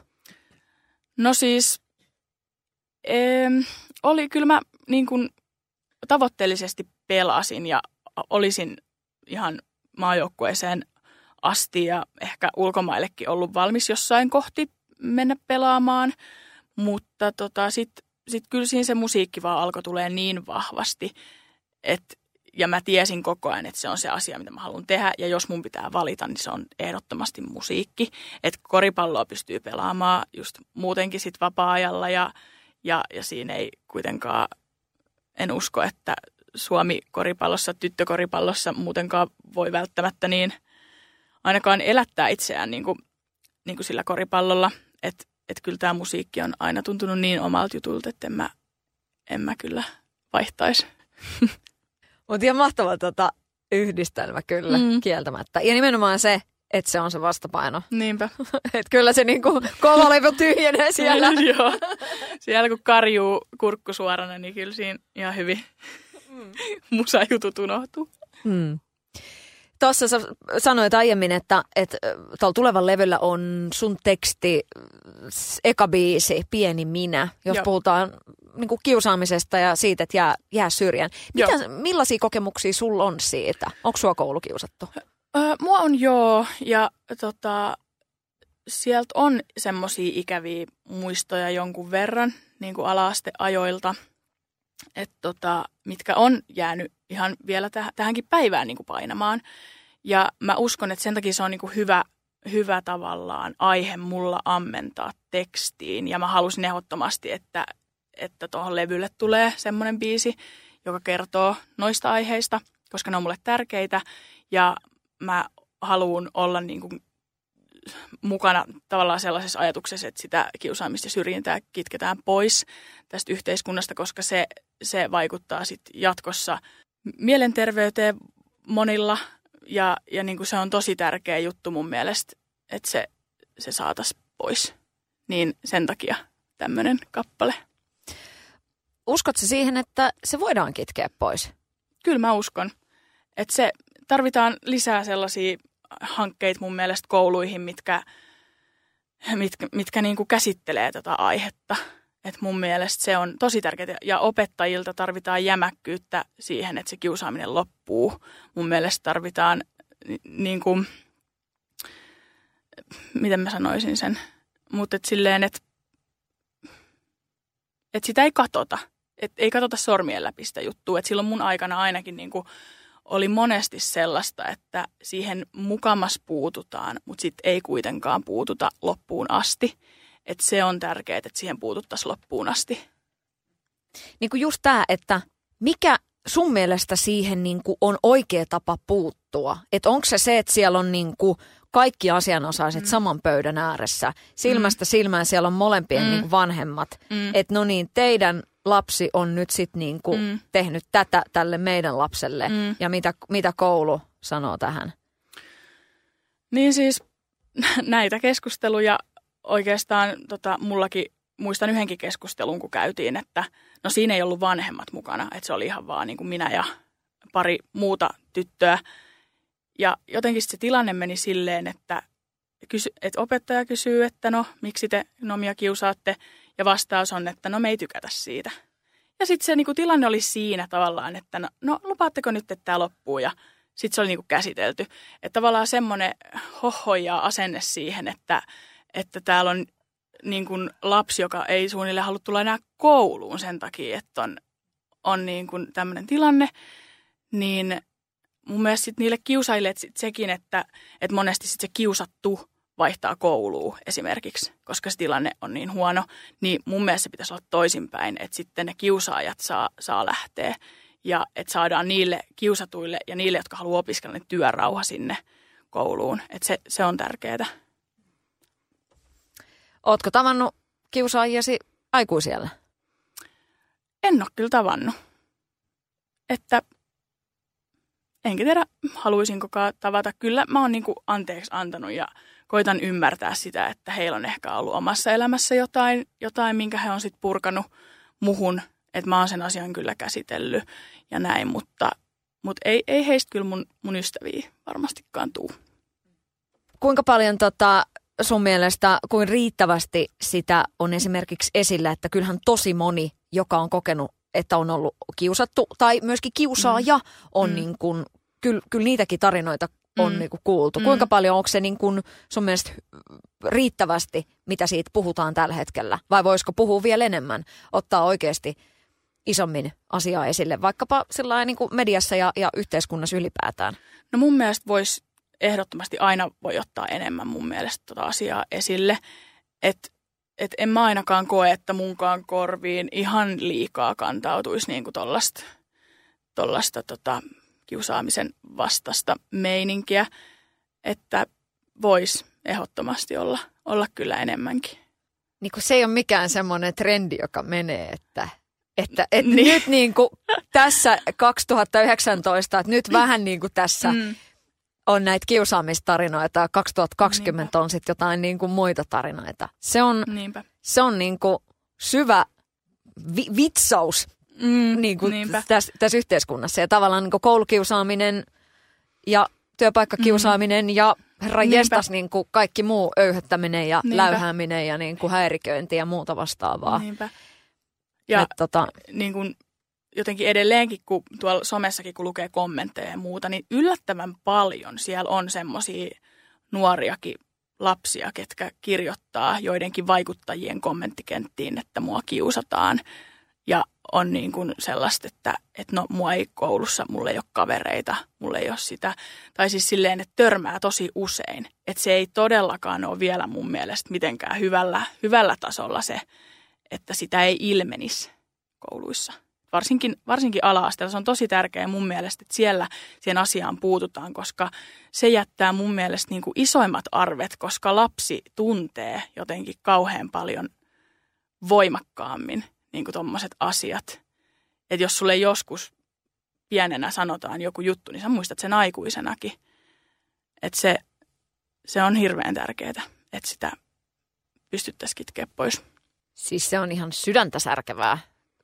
No siis, ee, oli kyllä mä niin kuin tavoitteellisesti pelasin ja olisin ihan maajoukkueeseen asti ja ehkä ulkomaillekin ollut valmis jossain kohti mennä pelaamaan, mutta tota sitten Sitten kyllä siinä se musiikki vaan alkoi tulee niin vahvasti, että, ja mä tiesin koko ajan, että se on se asia, mitä mä haluan tehdä. Ja jos mun pitää valita, niin se on ehdottomasti musiikki. Että koripalloa pystyy pelaamaan just muutenkin sit vapaa-ajalla ja, ja, ja siinä ei kuitenkaan, en usko, että Suomi koripallossa, tyttökoripallossa muutenkaan voi välttämättä niin ainakaan elättää itseään niin kuin, niin kuin sillä koripallolla, että Että kyllä tämä musiikki on aina tuntunut niin omalta jutulta, että en mä, en mä kyllä vaihtaisi. Mutta ihan mahtava tota, yhdistelmä kyllä, mm. kieltämättä. Ja nimenomaan se, että se on se vastapaino. Niinpä. Että kyllä se niinku kova levy tyhjenee siellä. Joo. Siellä kun karjuu kurkku suorana, niin kyllä siinä ihan hyvin mm. musajutut unohtuu. Mm. Tuossa sä sanoit aiemmin, että, että tuolla tulevan levyllä on sun teksti, eka biisi, Pieni minä, jos Joo. puhutaan niin kuin kiusaamisesta ja siitä, että jää, jää syrjään. Mitä, millaisia kokemuksia sulla on siitä? Onko sua koulukiusattu? Öö, mua on joo, ja tota, sieltä on semmoisia ikäviä muistoja jonkun verran niin kuin ala-asteajoilta, et tota, mitkä on jäänyt ihan vielä täh- tähänkin päivään niin kuin painamaan. Ja mä uskon, että sen takia se on niin kuin hyvä, hyvä tavallaan aihe mulla ammentaa tekstiin. Ja mä halusin ehdottomasti, että että tuohon levylle tulee semmoinen biisi, joka kertoo noista aiheista, koska ne on mulle tärkeitä. Ja mä haluan olla niin kuin mukana tavallaan sellaisessa ajatuksessa, että sitä kiusaamista ja syrjintää kitketään pois tästä yhteiskunnasta, koska se, se vaikuttaa sitten jatkossa mielenterveyteen monilla. Ja, ja niin kuin se on tosi tärkeä juttu mun mielestä, että se, se saataisiin pois. Niin sen takia tämmöinen kappale. Uskotko siihen, että se voidaan kitkeä pois? Kyllä mä uskon. Että se tarvitaan lisää sellaisia hankkeita mun mielestä kouluihin, mitkä, mitkä, mitkä niin kuin käsittelee tätä aihetta. Et mun mielestä se on tosi tärkeää. Ja opettajilta tarvitaan jämäkkyyttä siihen, että se kiusaaminen loppuu. Mun mielestä tarvitaan, niin kuin, miten mä sanoisin sen, mutta et silleen, että et sitä ei katota. Et ei katsota sormien läpi sitä juttua. Et silloin mun aikana ainakin niin kuin oli monesti sellaista, että siihen mukamas puututaan, mutta sitten ei kuitenkaan puututa loppuun asti. Että se on tärkeää, että siihen puututtaisiin loppuun asti. Niin kuin just tämä, että mikä sun mielestä siihen niin kuin on oikea tapa puuttua? Että onko se se, että siellä on niin kuin kaikki asianosaiset mm. saman pöydän ääressä, silmästä mm. silmään siellä on molempien mm. niin kuin vanhemmat. Mm. Että no niin, teidän lapsi on nyt sitten niin kuin mm. tehnyt tätä tälle meidän lapselle. Mm. Ja mitä, mitä koulu sanoo tähän? Niin siis näitä keskusteluja oikeastaan tota, mullakin, muistan yhdenkin keskustelun, kun käytiin, että no siinä ei ollut vanhemmat mukana. Että se oli ihan vaan niin kuin minä ja pari muuta tyttöä. Ja jotenkin se tilanne meni silleen, että, kysy, että opettaja kysyy, että no miksi te Nomia kiusaatte? Ja vastaus on, että no me ei tykätä siitä. Ja sitten se niinku, tilanne oli siinä tavallaan, että no, no lupaatteko nyt, että tämä loppuu? Ja sitten se oli niinku, käsitelty. Että tavallaan semmoinen hohoja asenne siihen, että, että täällä on niinku, lapsi, joka ei suunnilleen halua tulla enää kouluun sen takia, että on, on niinku, tämmöinen tilanne. Niin mun mielestä sit niille kiusaille että sit sekin, että, että monesti sit se kiusattu vaihtaa kouluun esimerkiksi, koska se tilanne on niin huono, niin mun mielestä se pitäisi olla toisinpäin, että sitten ne kiusaajat saa, saa lähteä ja että saadaan niille kiusatuille ja niille, jotka haluaa opiskella, niin työrauha sinne kouluun. Että se, se on tärkeää. Ootko tavannut kiusaajiasi aikuisiellä? En ole kyllä tavannut. Että enkä tiedä, haluaisinkokaan tavata. Kyllä mä oon niinku anteeksi antanut ja koitan ymmärtää sitä, että heillä on ehkä ollut omassa elämässä jotain, jotain minkä he on sitten purkanut muhun. Että mä oon sen asian kyllä käsitellyt ja näin, mutta, mutta ei, ei heistä kyllä mun, mun ystäviä varmastikaan tuu. Kuinka paljon tota, sun mielestä, kuin riittävästi sitä on esimerkiksi esillä, että kyllähän tosi moni, joka on kokenut, että on ollut kiusattu tai myöskin kiusaaja, on mm. niin kuin, kyllä, kyllä niitäkin tarinoita on mm. niin kuin kuultu. Mm. Kuinka paljon onko se niin kuin sun mielestä riittävästi, mitä siitä puhutaan tällä hetkellä? Vai voisiko puhua vielä enemmän, ottaa oikeasti isommin asiaa esille, vaikkapa sellainen niin kuin mediassa ja, ja yhteiskunnassa ylipäätään? No mun mielestä voisi ehdottomasti aina voi ottaa enemmän mun mielestä tota asiaa esille. Että et en mä ainakaan koe, että munkaan korviin ihan liikaa kantautuisi niin kuin tollaista, tollaista tota, kiusaamisen vastaista meininkiä, että voisi ehdottomasti olla, olla kyllä enemmänkin. Niin kuin se ei ole mikään semmoinen trendi, joka menee, että, että, että niin. nyt niin kuin tässä kaksituhattayhdeksäntoista, että nyt vähän niin kuin tässä mm. on näitä kiusaamistarinoita ja kaksituhattakaksikymmentä Niinpä. On sitten jotain niin kuin muita tarinoita. Se on, se on niin kuin syvä vi- vitsaus mm, niin kuin tässä, tässä yhteiskunnassa. Ja tavallaan niin kuin koulukiusaaminen ja työpaikkakiusaaminen mm. ja herra jestas niin kuin kaikki muu öyhöttäminen ja Niinpä. läyhääminen ja niin kuin häiriköinti ja muuta vastaavaa. Niinpä. Ja Et, tota... niin kuin jotenkin edelleenkin, kun tuolla somessakin kun lukee kommentteja ja muuta, niin yllättävän paljon siellä on semmoisia nuoriakin lapsia, ketkä kirjoittaa joidenkin vaikuttajien kommenttikenttiin, että mua kiusataan. Ja on niin kuin sellaista, että, että no mua ei koulussa, mulla ei ole kavereita, mulla ei ole sitä. Tai siis silleen, että törmää tosi usein. Että se ei todellakaan ole vielä mun mielestä mitenkään hyvällä, hyvällä tasolla se, että sitä ei ilmenisi kouluissa. Varsinkin, varsinkin ala-asteella se on tosi tärkeää mun mielestä, että siellä siihen asiaan puututaan, koska se jättää mun mielestä niin kuin isoimmat arvet, koska lapsi tuntee jotenkin kauhean paljon voimakkaammin niin kuin tommoset asiat. Että jos sulle joskus pienenä sanotaan joku juttu, niin sä muistat sen aikuisenakin. Että se, se on hirveän tärkeää, että sitä pystyttäisiin kitkeä pois. Siis se on ihan sydäntä särkevää.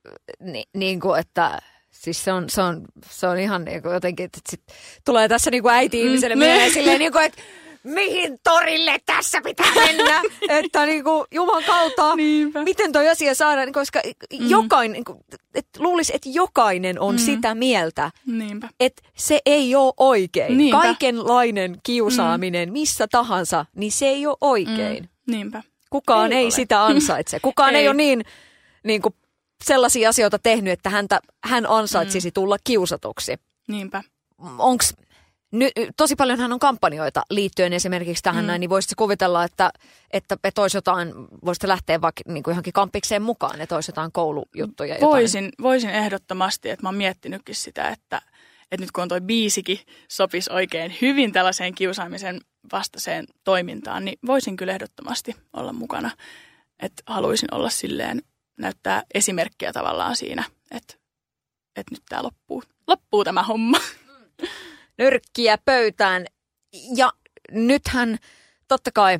Ni, niin kuin, että siis se on, se on, se on ihan niin kuin jotenkin, että sit tulee tässä niin kuin äiti-ihmiselle mieleen silleen niin kuin, että mihin torille tässä pitää mennä, että niin kuin Juman kautta, Niinpä. Miten toi asia saadaan, koska mm. jokainen, niin kuin, että luulisi, että jokainen on mm. sitä mieltä, Niinpä. Että se ei ole oikein. Niinpä. Kaikenlainen kiusaaminen, mm. missä tahansa, niin se ei ole oikein. Mm. Niinpä. Kukaan ei, ei sitä ansaitse. Kukaan ei, ei ole niin, niin kuin sellaisia asioita tehnyt, että häntä, hän ansaitsisi mm. tulla kiusatuksi. Niinpä. Onks, ny, tosi paljonhan on kampanjoita liittyen esimerkiksi tähän mm. näin, niin voisitte kuvitella, että, että, että olisi jotain, voisitte lähteä vaikka niin kuin johonkin kampikseen mukaan, että olisi jotain koulujuttuja. Voisin, voisin ehdottomasti, että mä oon miettinytkin sitä, että, että nyt kun on toi biisikin sopisi oikein hyvin tällaiseen kiusaamisen vastaiseen toimintaan, niin voisin kyllä ehdottomasti olla mukana. Että haluaisin olla silleen, näyttää esimerkkiä tavallaan siinä, että, että nyt tämä loppuu, loppuu tämä homma. Nyrkkiä pöytään. Ja nythän totta kai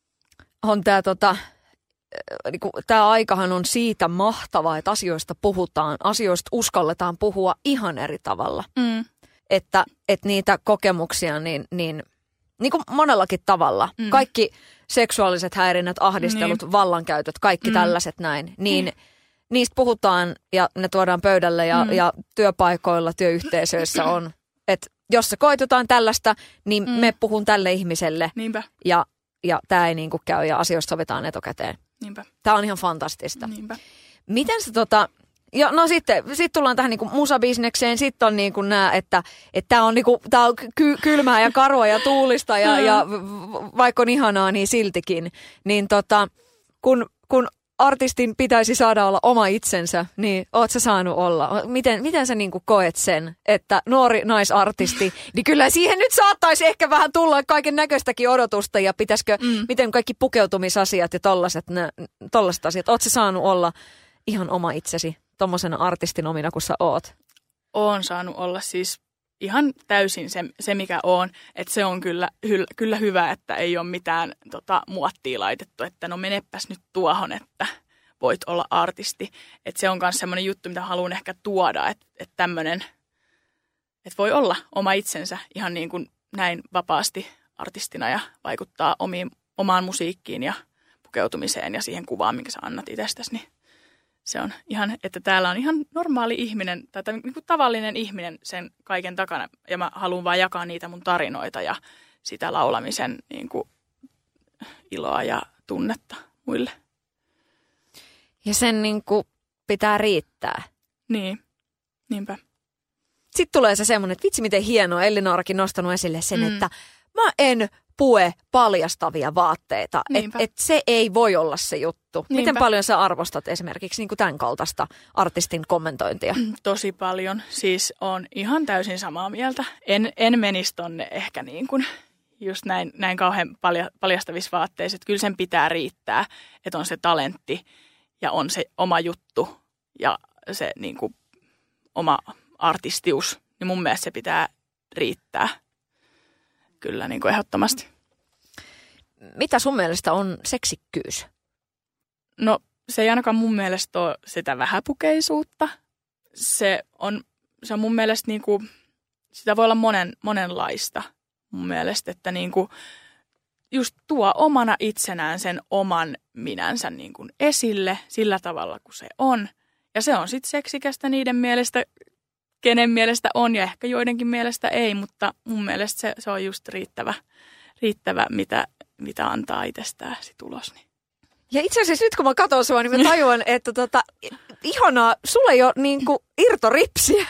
on tämä tota, niinku, tää aikahan on siitä mahtavaa, että asioista puhutaan, asioista uskalletaan puhua ihan eri tavalla. Mm. Että, että niitä kokemuksia niin, niin, niin kuin monellakin tavalla. Mm. Kaikki seksuaaliset häirinnät, ahdistelut, niin. vallankäytöt, kaikki mm. tällaiset näin, niin mm. niistä puhutaan ja ne tuodaan pöydälle ja, mm. ja työpaikoilla, työyhteisöissä on, että jos se koitutaan tällaista, niin mm. me puhun tälle ihmiselle Niinpä. ja, ja tämä ei niinku käy ja asioista sovitaan etukäteen. Niinpä. Tämä on ihan fantastista. Niinpä. Miten se tota... Ja no sitten sit tullaan tähän niinku musabisnekseen, sitten on niinku nää, että tämä on, niinku, tää on ky- kylmää ja karua ja tuulista ja, mm. ja vaikka on ihanaa, niin siltikin. Niin tota, kun, kun artistin pitäisi saada olla oma itsensä, niin oot sä saanut olla? Miten, miten sä niinku koet sen, että nuori naisartisti, niin kyllä siihen nyt saattaisi ehkä vähän tulla kaiken näköistäkin odotusta ja pitäisikö, mm. miten kaikki pukeutumisasiat ja tollaset, tollaset asiat, oot sä saanut olla ihan oma itsesi? Tommosena artistin omina, kun sä oot? Oon saanut olla siis ihan täysin se, se mikä oon. Että se on kyllä, hyl, kyllä hyvä, että ei ole mitään tota, muottia laitettu, että no menepäs nyt tuohon, että voit olla artisti. Että se on myös semmoinen juttu, mitä haluan ehkä tuoda, että, että tämmöinen, että voi olla oma itsensä ihan niin kuin näin vapaasti artistina ja vaikuttaa omiin, omaan musiikkiin ja pukeutumiseen ja siihen kuvaan, minkä sä annat itsestäsi, niin se on ihan, että täällä on ihan normaali ihminen, tai niin kuin tavallinen ihminen sen kaiken takana. Ja mä haluan vaan jakaa niitä mun tarinoita ja sitä laulamisen niin kuin iloa ja tunnetta muille. Ja sen niin kuin pitää riittää. Niin, niinpä. Sitten tulee se semmoinen, että vitsi miten hienoa, Elli-Noorakin nostanut esille sen, mm. että mä en pue paljastavia vaatteita. Että et se ei voi olla se juttu. Niinpä. Miten paljon sä arvostat esimerkiksi niin kuin tämän kaltaista artistin kommentointia? Tosi paljon. Siis on ihan täysin samaa mieltä. En, en menisi tonne ehkä niin kuin just näin, näin kauhean palja, paljastavissa vaatteissa. Että kyllä sen pitää riittää, että on se talentti ja on se oma juttu ja se niin kuin oma artistius. Niin mun mielestä se pitää riittää. Kyllä, niin kuin ehdottomasti. Mitä sun mielestä on seksikkyys? No se ei ainakaan mun mielestä ole sitä vähäpukeisuutta. Se on, se on mun mielestä niin kuin, sitä voi olla monen, monenlaista mun mielestä, että niin kuin just tuo omana itsenään sen oman minänsä niin kuin esille sillä tavalla kuin se on. Ja se on sitten seksikästä niiden mielestä, kenen mielestä on ja ehkä joidenkin mielestä ei, mutta mun mielestä se, se on just riittävä, riittävä mitä, mitä antaa itsestään sit ulos. Niin. Ja itse asiassa nyt kun mä katson sua, niin mä tajuan, että tota, ihanaa, sulla ei ole niinku irtoripsiä.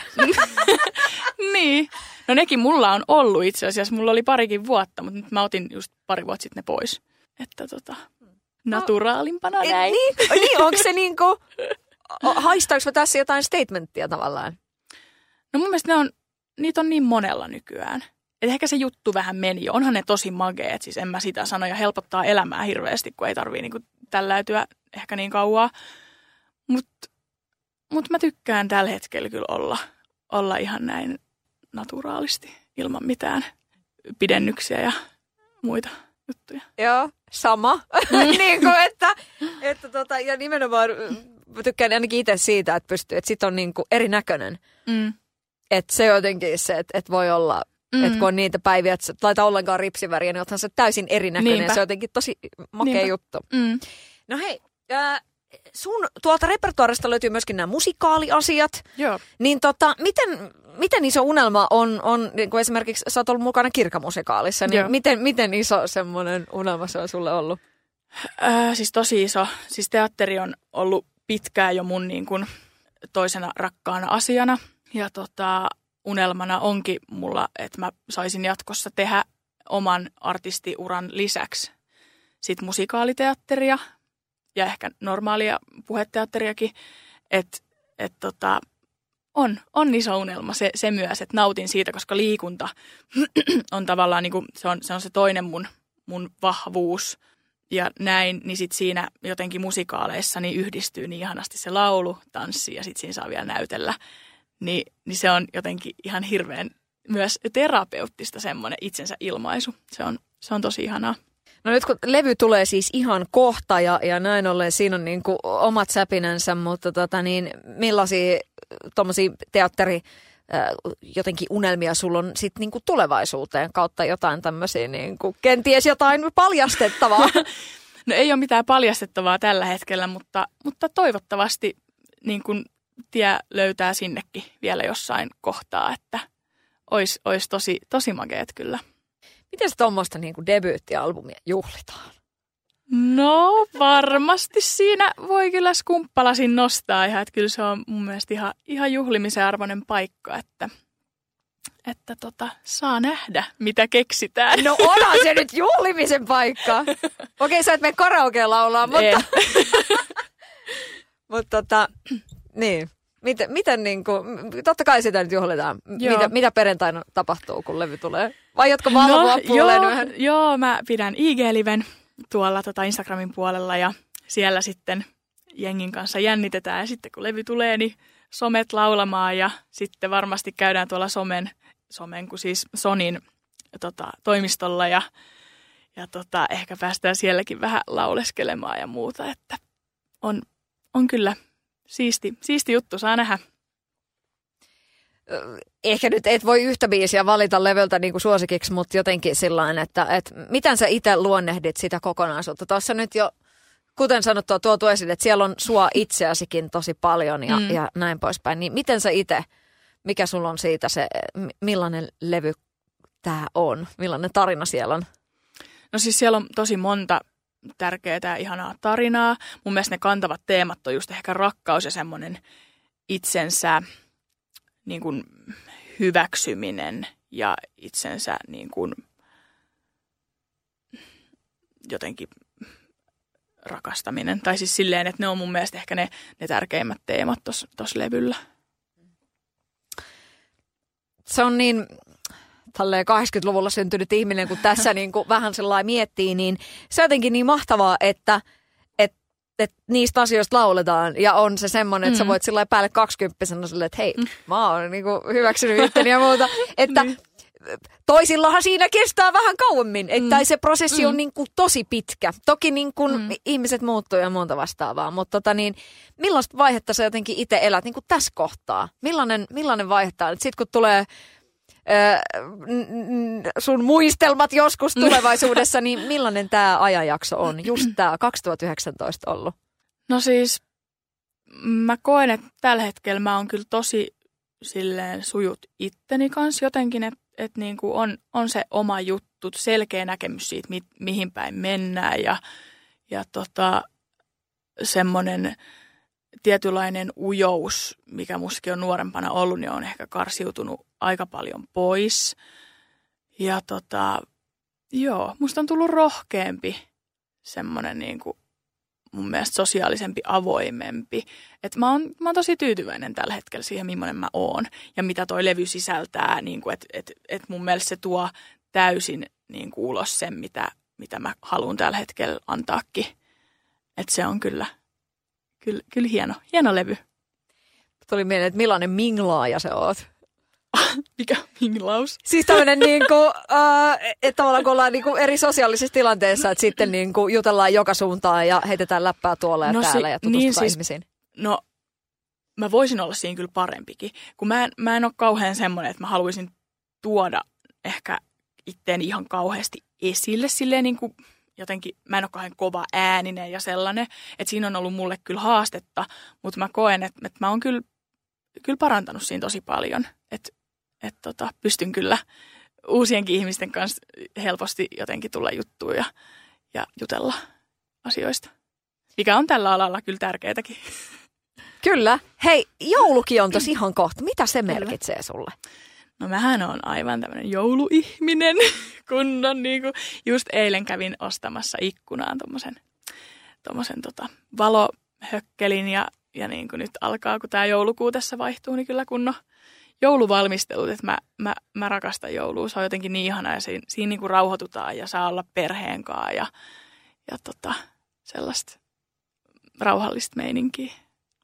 Niin. No nekin mulla on ollut itse asiassa. Mulla oli parikin vuotta, mutta nyt mä otin just pari vuotta sitten ne pois. Että tota, naturaalimpana no, näin. Niin, niin, onko se niinku, haistaako mä tässä jotain statementtia tavallaan? No mun mielestä ne on, niitä on niin monella nykyään. Että ehkä se juttu vähän meni. Onhan ne tosi mageet, siis en mä sitä sano. Ja helpottaa elämää hirveästi, kun ei tarvii niinku tälläytyä ehkä niin kauaa. Mutta mut mä tykkään tällä hetkellä kyllä olla, olla ihan näin naturaalisti, ilman mitään pidennyksiä ja muita juttuja. Joo, sama. Mm. niin kuin, että, että tota, ja nimenomaan mä tykkään ainakin itse siitä, että pystyy, että sit on niin kuin erinäköinen. Mm. Että se jotenkin se, että, että voi olla, mm. että kun on niitä päiviä, että laita ollenkaan ripsiväriä, niin oothan se täysin erinäköinen. Niinpä. Se on jotenkin tosi makea Niinpä. juttu. Mm. No hei, äh, sun tuolta repertuarista löytyy myöskin nämä musikaaliasiat. Joo. Niin tota, miten, miten iso unelma on, on niin kuin esimerkiksi sä oot ollut mukana Kirkamusikaalissa, niin miten, miten iso semmoinen unelma se on sulle ollut? Äh, siis tosi iso. Siis teatteri on ollut pitkään jo mun niin kuin toisena rakkaana asiana. Ja tota, unelmana onkin mulla, että mä saisin jatkossa tehdä oman artistiuran lisäksi sit musikaaliteatteria ja ehkä normaalia puheteatteriakin. Että et tota, on, on iso unelma se, se myös, että nautin siitä, koska liikunta on tavallaan niin kuin, se, on, se on se toinen mun, mun vahvuus. Ja näin, niin sitten siinä jotenkin musikaaleissa niin yhdistyy niin ihanasti se laulu, tanssi ja sitten siinä saa vielä näytellä. Ni, niin se on jotenkin ihan hirveän myös terapeuttista semmoinen itsensä ilmaisu. Se on, se on tosi ihanaa. No nyt kun levy tulee siis ihan kohta ja, ja näin ollen siinä on niin kuin omat säpinänsä, mutta tota niin, millaisia tommosia teatteri jotenkin unelmia sulla on sit niinku tulevaisuuteen kautta jotain tämmöisiä niinku, kenties jotain paljastettavaa? No ei ole mitään paljastettavaa tällä hetkellä, mutta, mutta toivottavasti niin kun tie löytää sinnekin vielä jossain kohtaa, että olisi ois tosi, tosi mageet kyllä. Miten se tuommoista niinku debyyttialbumia juhlitaan? No varmasti siinä voi kyllä skumppalasin nostaa ihan, että kyllä se on mun mielestä ihan, ihan juhlimisen arvoinen paikka, että, että tota, saa nähdä mitä keksitään. No onhan se nyt juhlimisen paikka. Okei, sä et mene karaokeen laulaa, mutta, mutta tota, niin. Miten, miten niin kuin, totta kai sitä nyt juhlitaan. Mitä, mitä perjantaina tapahtuu, kun levy tulee? Vai jotko valvoa no, puoleen joo, yhden? Joo, mä pidän I G-liven tuolla tota Instagramin puolella ja siellä sitten jengin kanssa jännitetään. Ja sitten kun levy tulee, niin somet laulamaan ja sitten varmasti käydään tuolla somen, somen kuin siis Sonin tota, toimistolla ja, ja tota, ehkä päästään sielläkin vähän lauleskelemaan ja muuta. Että on, on kyllä siisti, siisti juttu, saa nähdä. Ehkä nyt et voi yhtä biisiä valita levyltä niin kuin suosikiksi, mutta jotenkin sillain, että, että miten sä itse luonnehdit sitä kokonaisuutta. Tuossa nyt jo, kuten sanottua, tuotu esille, että siellä on sua itseäsikin tosi paljon ja, mm. ja näin poispäin. Niin miten sä itse, mikä sulla on siitä se, millainen levy tää on? Millainen tarina siellä on? No siis siellä on tosi monta tärkeää ja ihanaa tarinaa. Mun mielestä ne kantavat teemat on just ehkä rakkaus ja semmoinen itsensä niin kuin hyväksyminen ja itsensä niin kuin jotenkin rakastaminen. Tai siis silleen, että ne on mun mielestä ehkä ne, ne tärkeimmät teemat tuossa levyllä. Se on niin tälleen kahdeksankymmentäluvulla syntynyt ihminen, kun tässä niin kuin vähän sellainen miettii, niin se on jotenkin niin mahtavaa, että että niistä asioista lauletaan ja on se semmoinen, että mm. sä voit sillä päälle kaksikymppisenä silleen, että hei, mä oon niinku hyväksynyt itteni ja muuta. Että niin. Toisillahan siinä kestää vähän kauemmin, että mm. se prosessi on niinku tosi pitkä. Toki niinku mm. ihmiset muuttuu ja muuta vastaavaa, mutta tota niin, millaista vaihetta sä jotenkin itse elät niinku tässä kohtaa? Millainen, millainen vaihe tää on? Sitten kun tulee sun muistelmat joskus tulevaisuudessa, niin millainen tämä ajanjakso on? Just tämä kaksituhattayhdeksäntoista ollut. No siis mä koen, että tällä hetkellä mä oon kyllä tosi silleen sujut itteni kanssa jotenkin, että et niinku on, on se oma juttu, selkeä näkemys siitä, mi, mihin päin mennään ja, ja tota, semmoinen tietynlainen ujous, mikä mustakin on nuorempana ollut, niin on ehkä karsiutunut aika paljon pois. Ja tota, joo, musta on tullut rohkeampi semmoinen niinku mun mielestä sosiaalisempi, avoimempi. Et mä, oon, mä oon tosi tyytyväinen tällä hetkellä siihen, millainen mä oon. Ja mitä toi levy sisältää, niin että et, et mun mielestä se tuo täysin niin kuin ulos sen, mitä, mitä mä haluan tällä hetkellä antaakin. Että se on kyllä, kyllä, kyllä hieno, hieno levy. Tuli mieleen, että millainen minglaaja se oot. Mikä minglaus? Siis tämmöinen niinku, äh, että tavallaan kun ollaan niinku eri sosiaalisissa tilanteissa, että sitten niinku jutellaan joka suuntaan ja heitetään läppää tuolla ja no täällä si- ja tutustutaan niin siis, ihmisiin. No, mä voisin olla siinä kyllä parempikin, kun mä en, mä en ole kauhean semmoinen, että mä haluaisin tuoda ehkä itteeni ihan kauheasti esille silleen niin kuin jotenkin, mä en ole kauhean kova ääninen ja sellainen, että siinä on ollut mulle kyllä haastetta, mutta mä koen, että, että mä oon kyllä, kyllä parantanut siinä tosi paljon, että että tota, pystyn kyllä uusienkin ihmisten kanssa helposti jotenkin tulla juttuun ja, ja jutella asioista, mikä on tällä alalla kyllä tärkeätäkin. Kyllä. Hei, joulukin on tosi ihan kohta. Mitä se merkitsee sulle? No mähän on aivan tämmöinen jouluihminen, kunnon niin kuin just eilen kävin ostamassa ikkunaan tommosen, tommosen tota valohökkelin ja, ja niin kuin nyt alkaa, kun tää joulukuu tässä vaihtuu, niin kyllä kunnon jouluvalmistelut, että mä, mä, mä rakastan joulua. Se on jotenkin niin ihanaa ja siinä, siinä niin kuin rauhoitutaan ja saa olla perheen kanssa ja, ja tota, sellaista rauhallista meininkiä.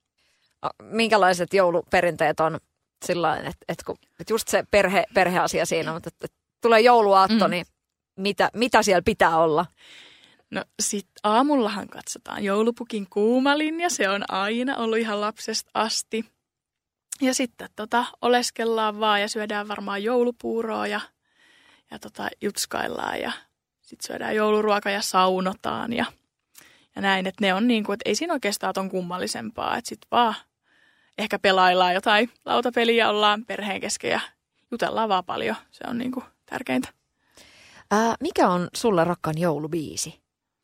Minkälaiset jouluperinteet on sillain, että, että, kun, että just se perhe, perheasia siinä, mutta että tulee jouluaatto, mm. niin mitä, mitä siellä pitää olla? No sit aamullahan katsotaan joulupukin kuumalinja, se on aina ollut ihan lapsesta asti. Ja sitten tota, oleskellaan vaan ja syödään varmaan joulupuuroa ja, ja tota, jutskaillaan ja sitten syödään jouluruoka ja saunotaan ja, ja näin. Että ne on niin kuin, että ei siinä oikeastaan ton kummallisempaa, että sitten vaan ehkä pelaillaan jotain lautapeliä, ollaan perheen kesken ja jutellaan vaan paljon. Se on niin kuin tärkeintä. Ää, mikä on sulle rakkaan joulubiisi?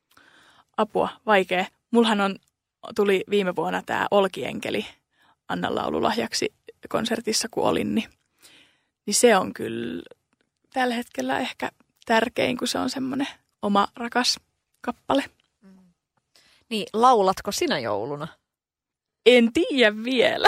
Apua, vaikea. Mullahan on, tuli viime vuonna tää Olkienkeli Annan laululahjaksi konsertissa, kun olin, niin, niin se on kyllä tällä hetkellä ehkä tärkein, kun se on semmoinen oma rakas kappale. Mm. Niin, laulatko sinä jouluna? En tiedä vielä.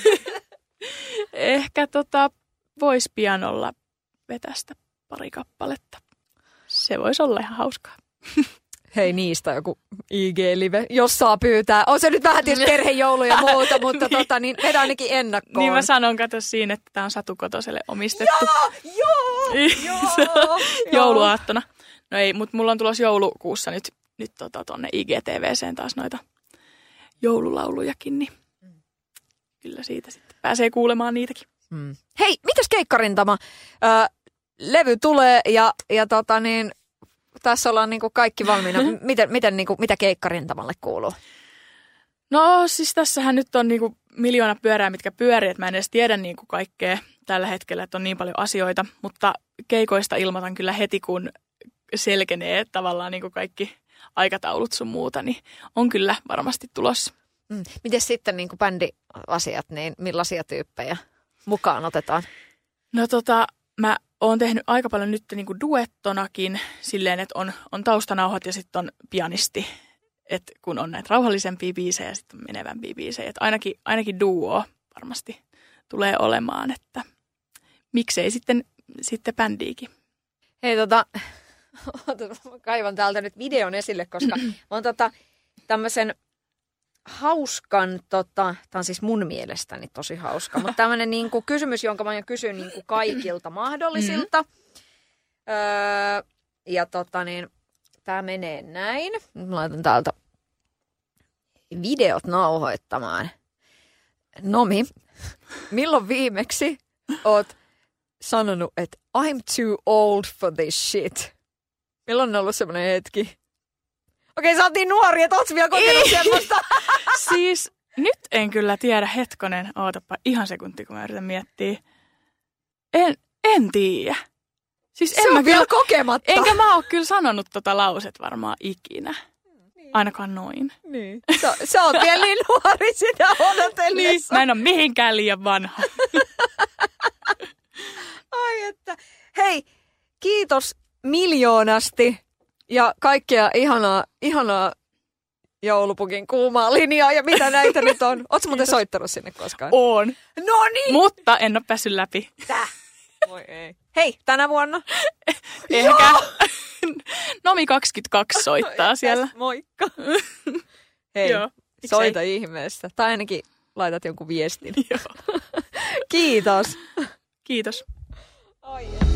Ehkä tota, voisi pian olla vetästä pari kappaletta. Se voisi olla ihan hauskaa. Hei, niistä joku I G-live, jos saa pyytää. On se nyt vähän tietysti perhejoulu ja muuta, mutta niin. tota, niin vedä ainakin ennakkoon. Niin mä sanon, kato siinä, että tämä on Satu Kotoselle omistettu. Joo, joo, joo. Jouluaattona. No ei, mutta mulla on tulossa joulukuussa nyt, nyt tota, tonne I G T V:seen taas noita joululaulujakin, niin mm. kyllä siitä sitten pääsee kuulemaan niitäkin. Mm. Hei, mitäs keikkarintama? Ö, levy tulee ja, ja tota niin... Tässä ollaan niin kuin kaikki valmiina. Miten, miten, niin kuin, mitä keikkarintamalle kuuluu? No siis tässähän nyt on niin kuin miljoona pyörää, mitkä pyörii. Että mä en edes tiedä niin kuin kaikkea tällä hetkellä, että on niin paljon asioita. Mutta keikoista ilmoitan kyllä heti, kun selkenee tavallaan niin kuin kaikki aikataulut sun muuta. Niin on kyllä varmasti tulossa. Mm. Miten sitten niin kuin bändiasiat, niin millaisia tyyppejä mukaan otetaan? No tota, mä... Olen tehnyt aika paljon nyt niin kuin duettonakin silleen, että on, on taustanauhat ja sitten on pianisti. Että kun on näitä rauhallisempia biisejä ja sitten on menevämpiä biisejä. Että ainakin, ainakin duo varmasti tulee olemaan, että miksei sitten, sitten bändiikin. Hei tota, kaivan täältä nyt videon esille, koska mä oon tota, tämmöisen hauskan, tota, tämä on siis mun mielestäni tosi hauska, mutta tämmöinen niinku kysymys, jonka mä kysyn niinku kaikilta mahdollisilta. Mm-hmm. Öö, ja tota niin, tää menee näin. Mä laitan täältä videot nauhoittamaan. Nomi, milloin viimeksi oot sanonut, että I'm too old for this shit? Milloin on ollut semmoinen hetki? Okei, sä oot niin nuori, että oot vielä kokenut semmoista. Siis nyt en kyllä tiedä, hetkonen, ootapa ihan sekunti, kun mä yritän miettiä. En, en tiedä. Siis Se en on mä vielä kyllä, kokematta. enkä mä oo kyllä sanonut tota lauset varmaan ikinä. Niin. Ainakaan noin. Niin. Sä, sä oot vielä niin nuori sitä odotellessa. Mä en ole mihinkään liian vanha. Ai että. Hei, kiitos miljoonasti ja kaikkea ihanaa, ihanaa joulupukin kuumaa linjaa ja mitä näitä nyt on. Ootko muuten soittanut sinne koskaan? Oon. No niin. Mutta en ole päässyt läpi. Tää. Voi ei. Hei, tänä vuonna. Ehkä. Nomi kaksikymmentäkaksi soittaa siellä. Yes, moikka. Hei, Joo, soita ihmeessä. Tai ainakin laitat jonkun viestin. Joo. Kiitos. Kiitos. Ai.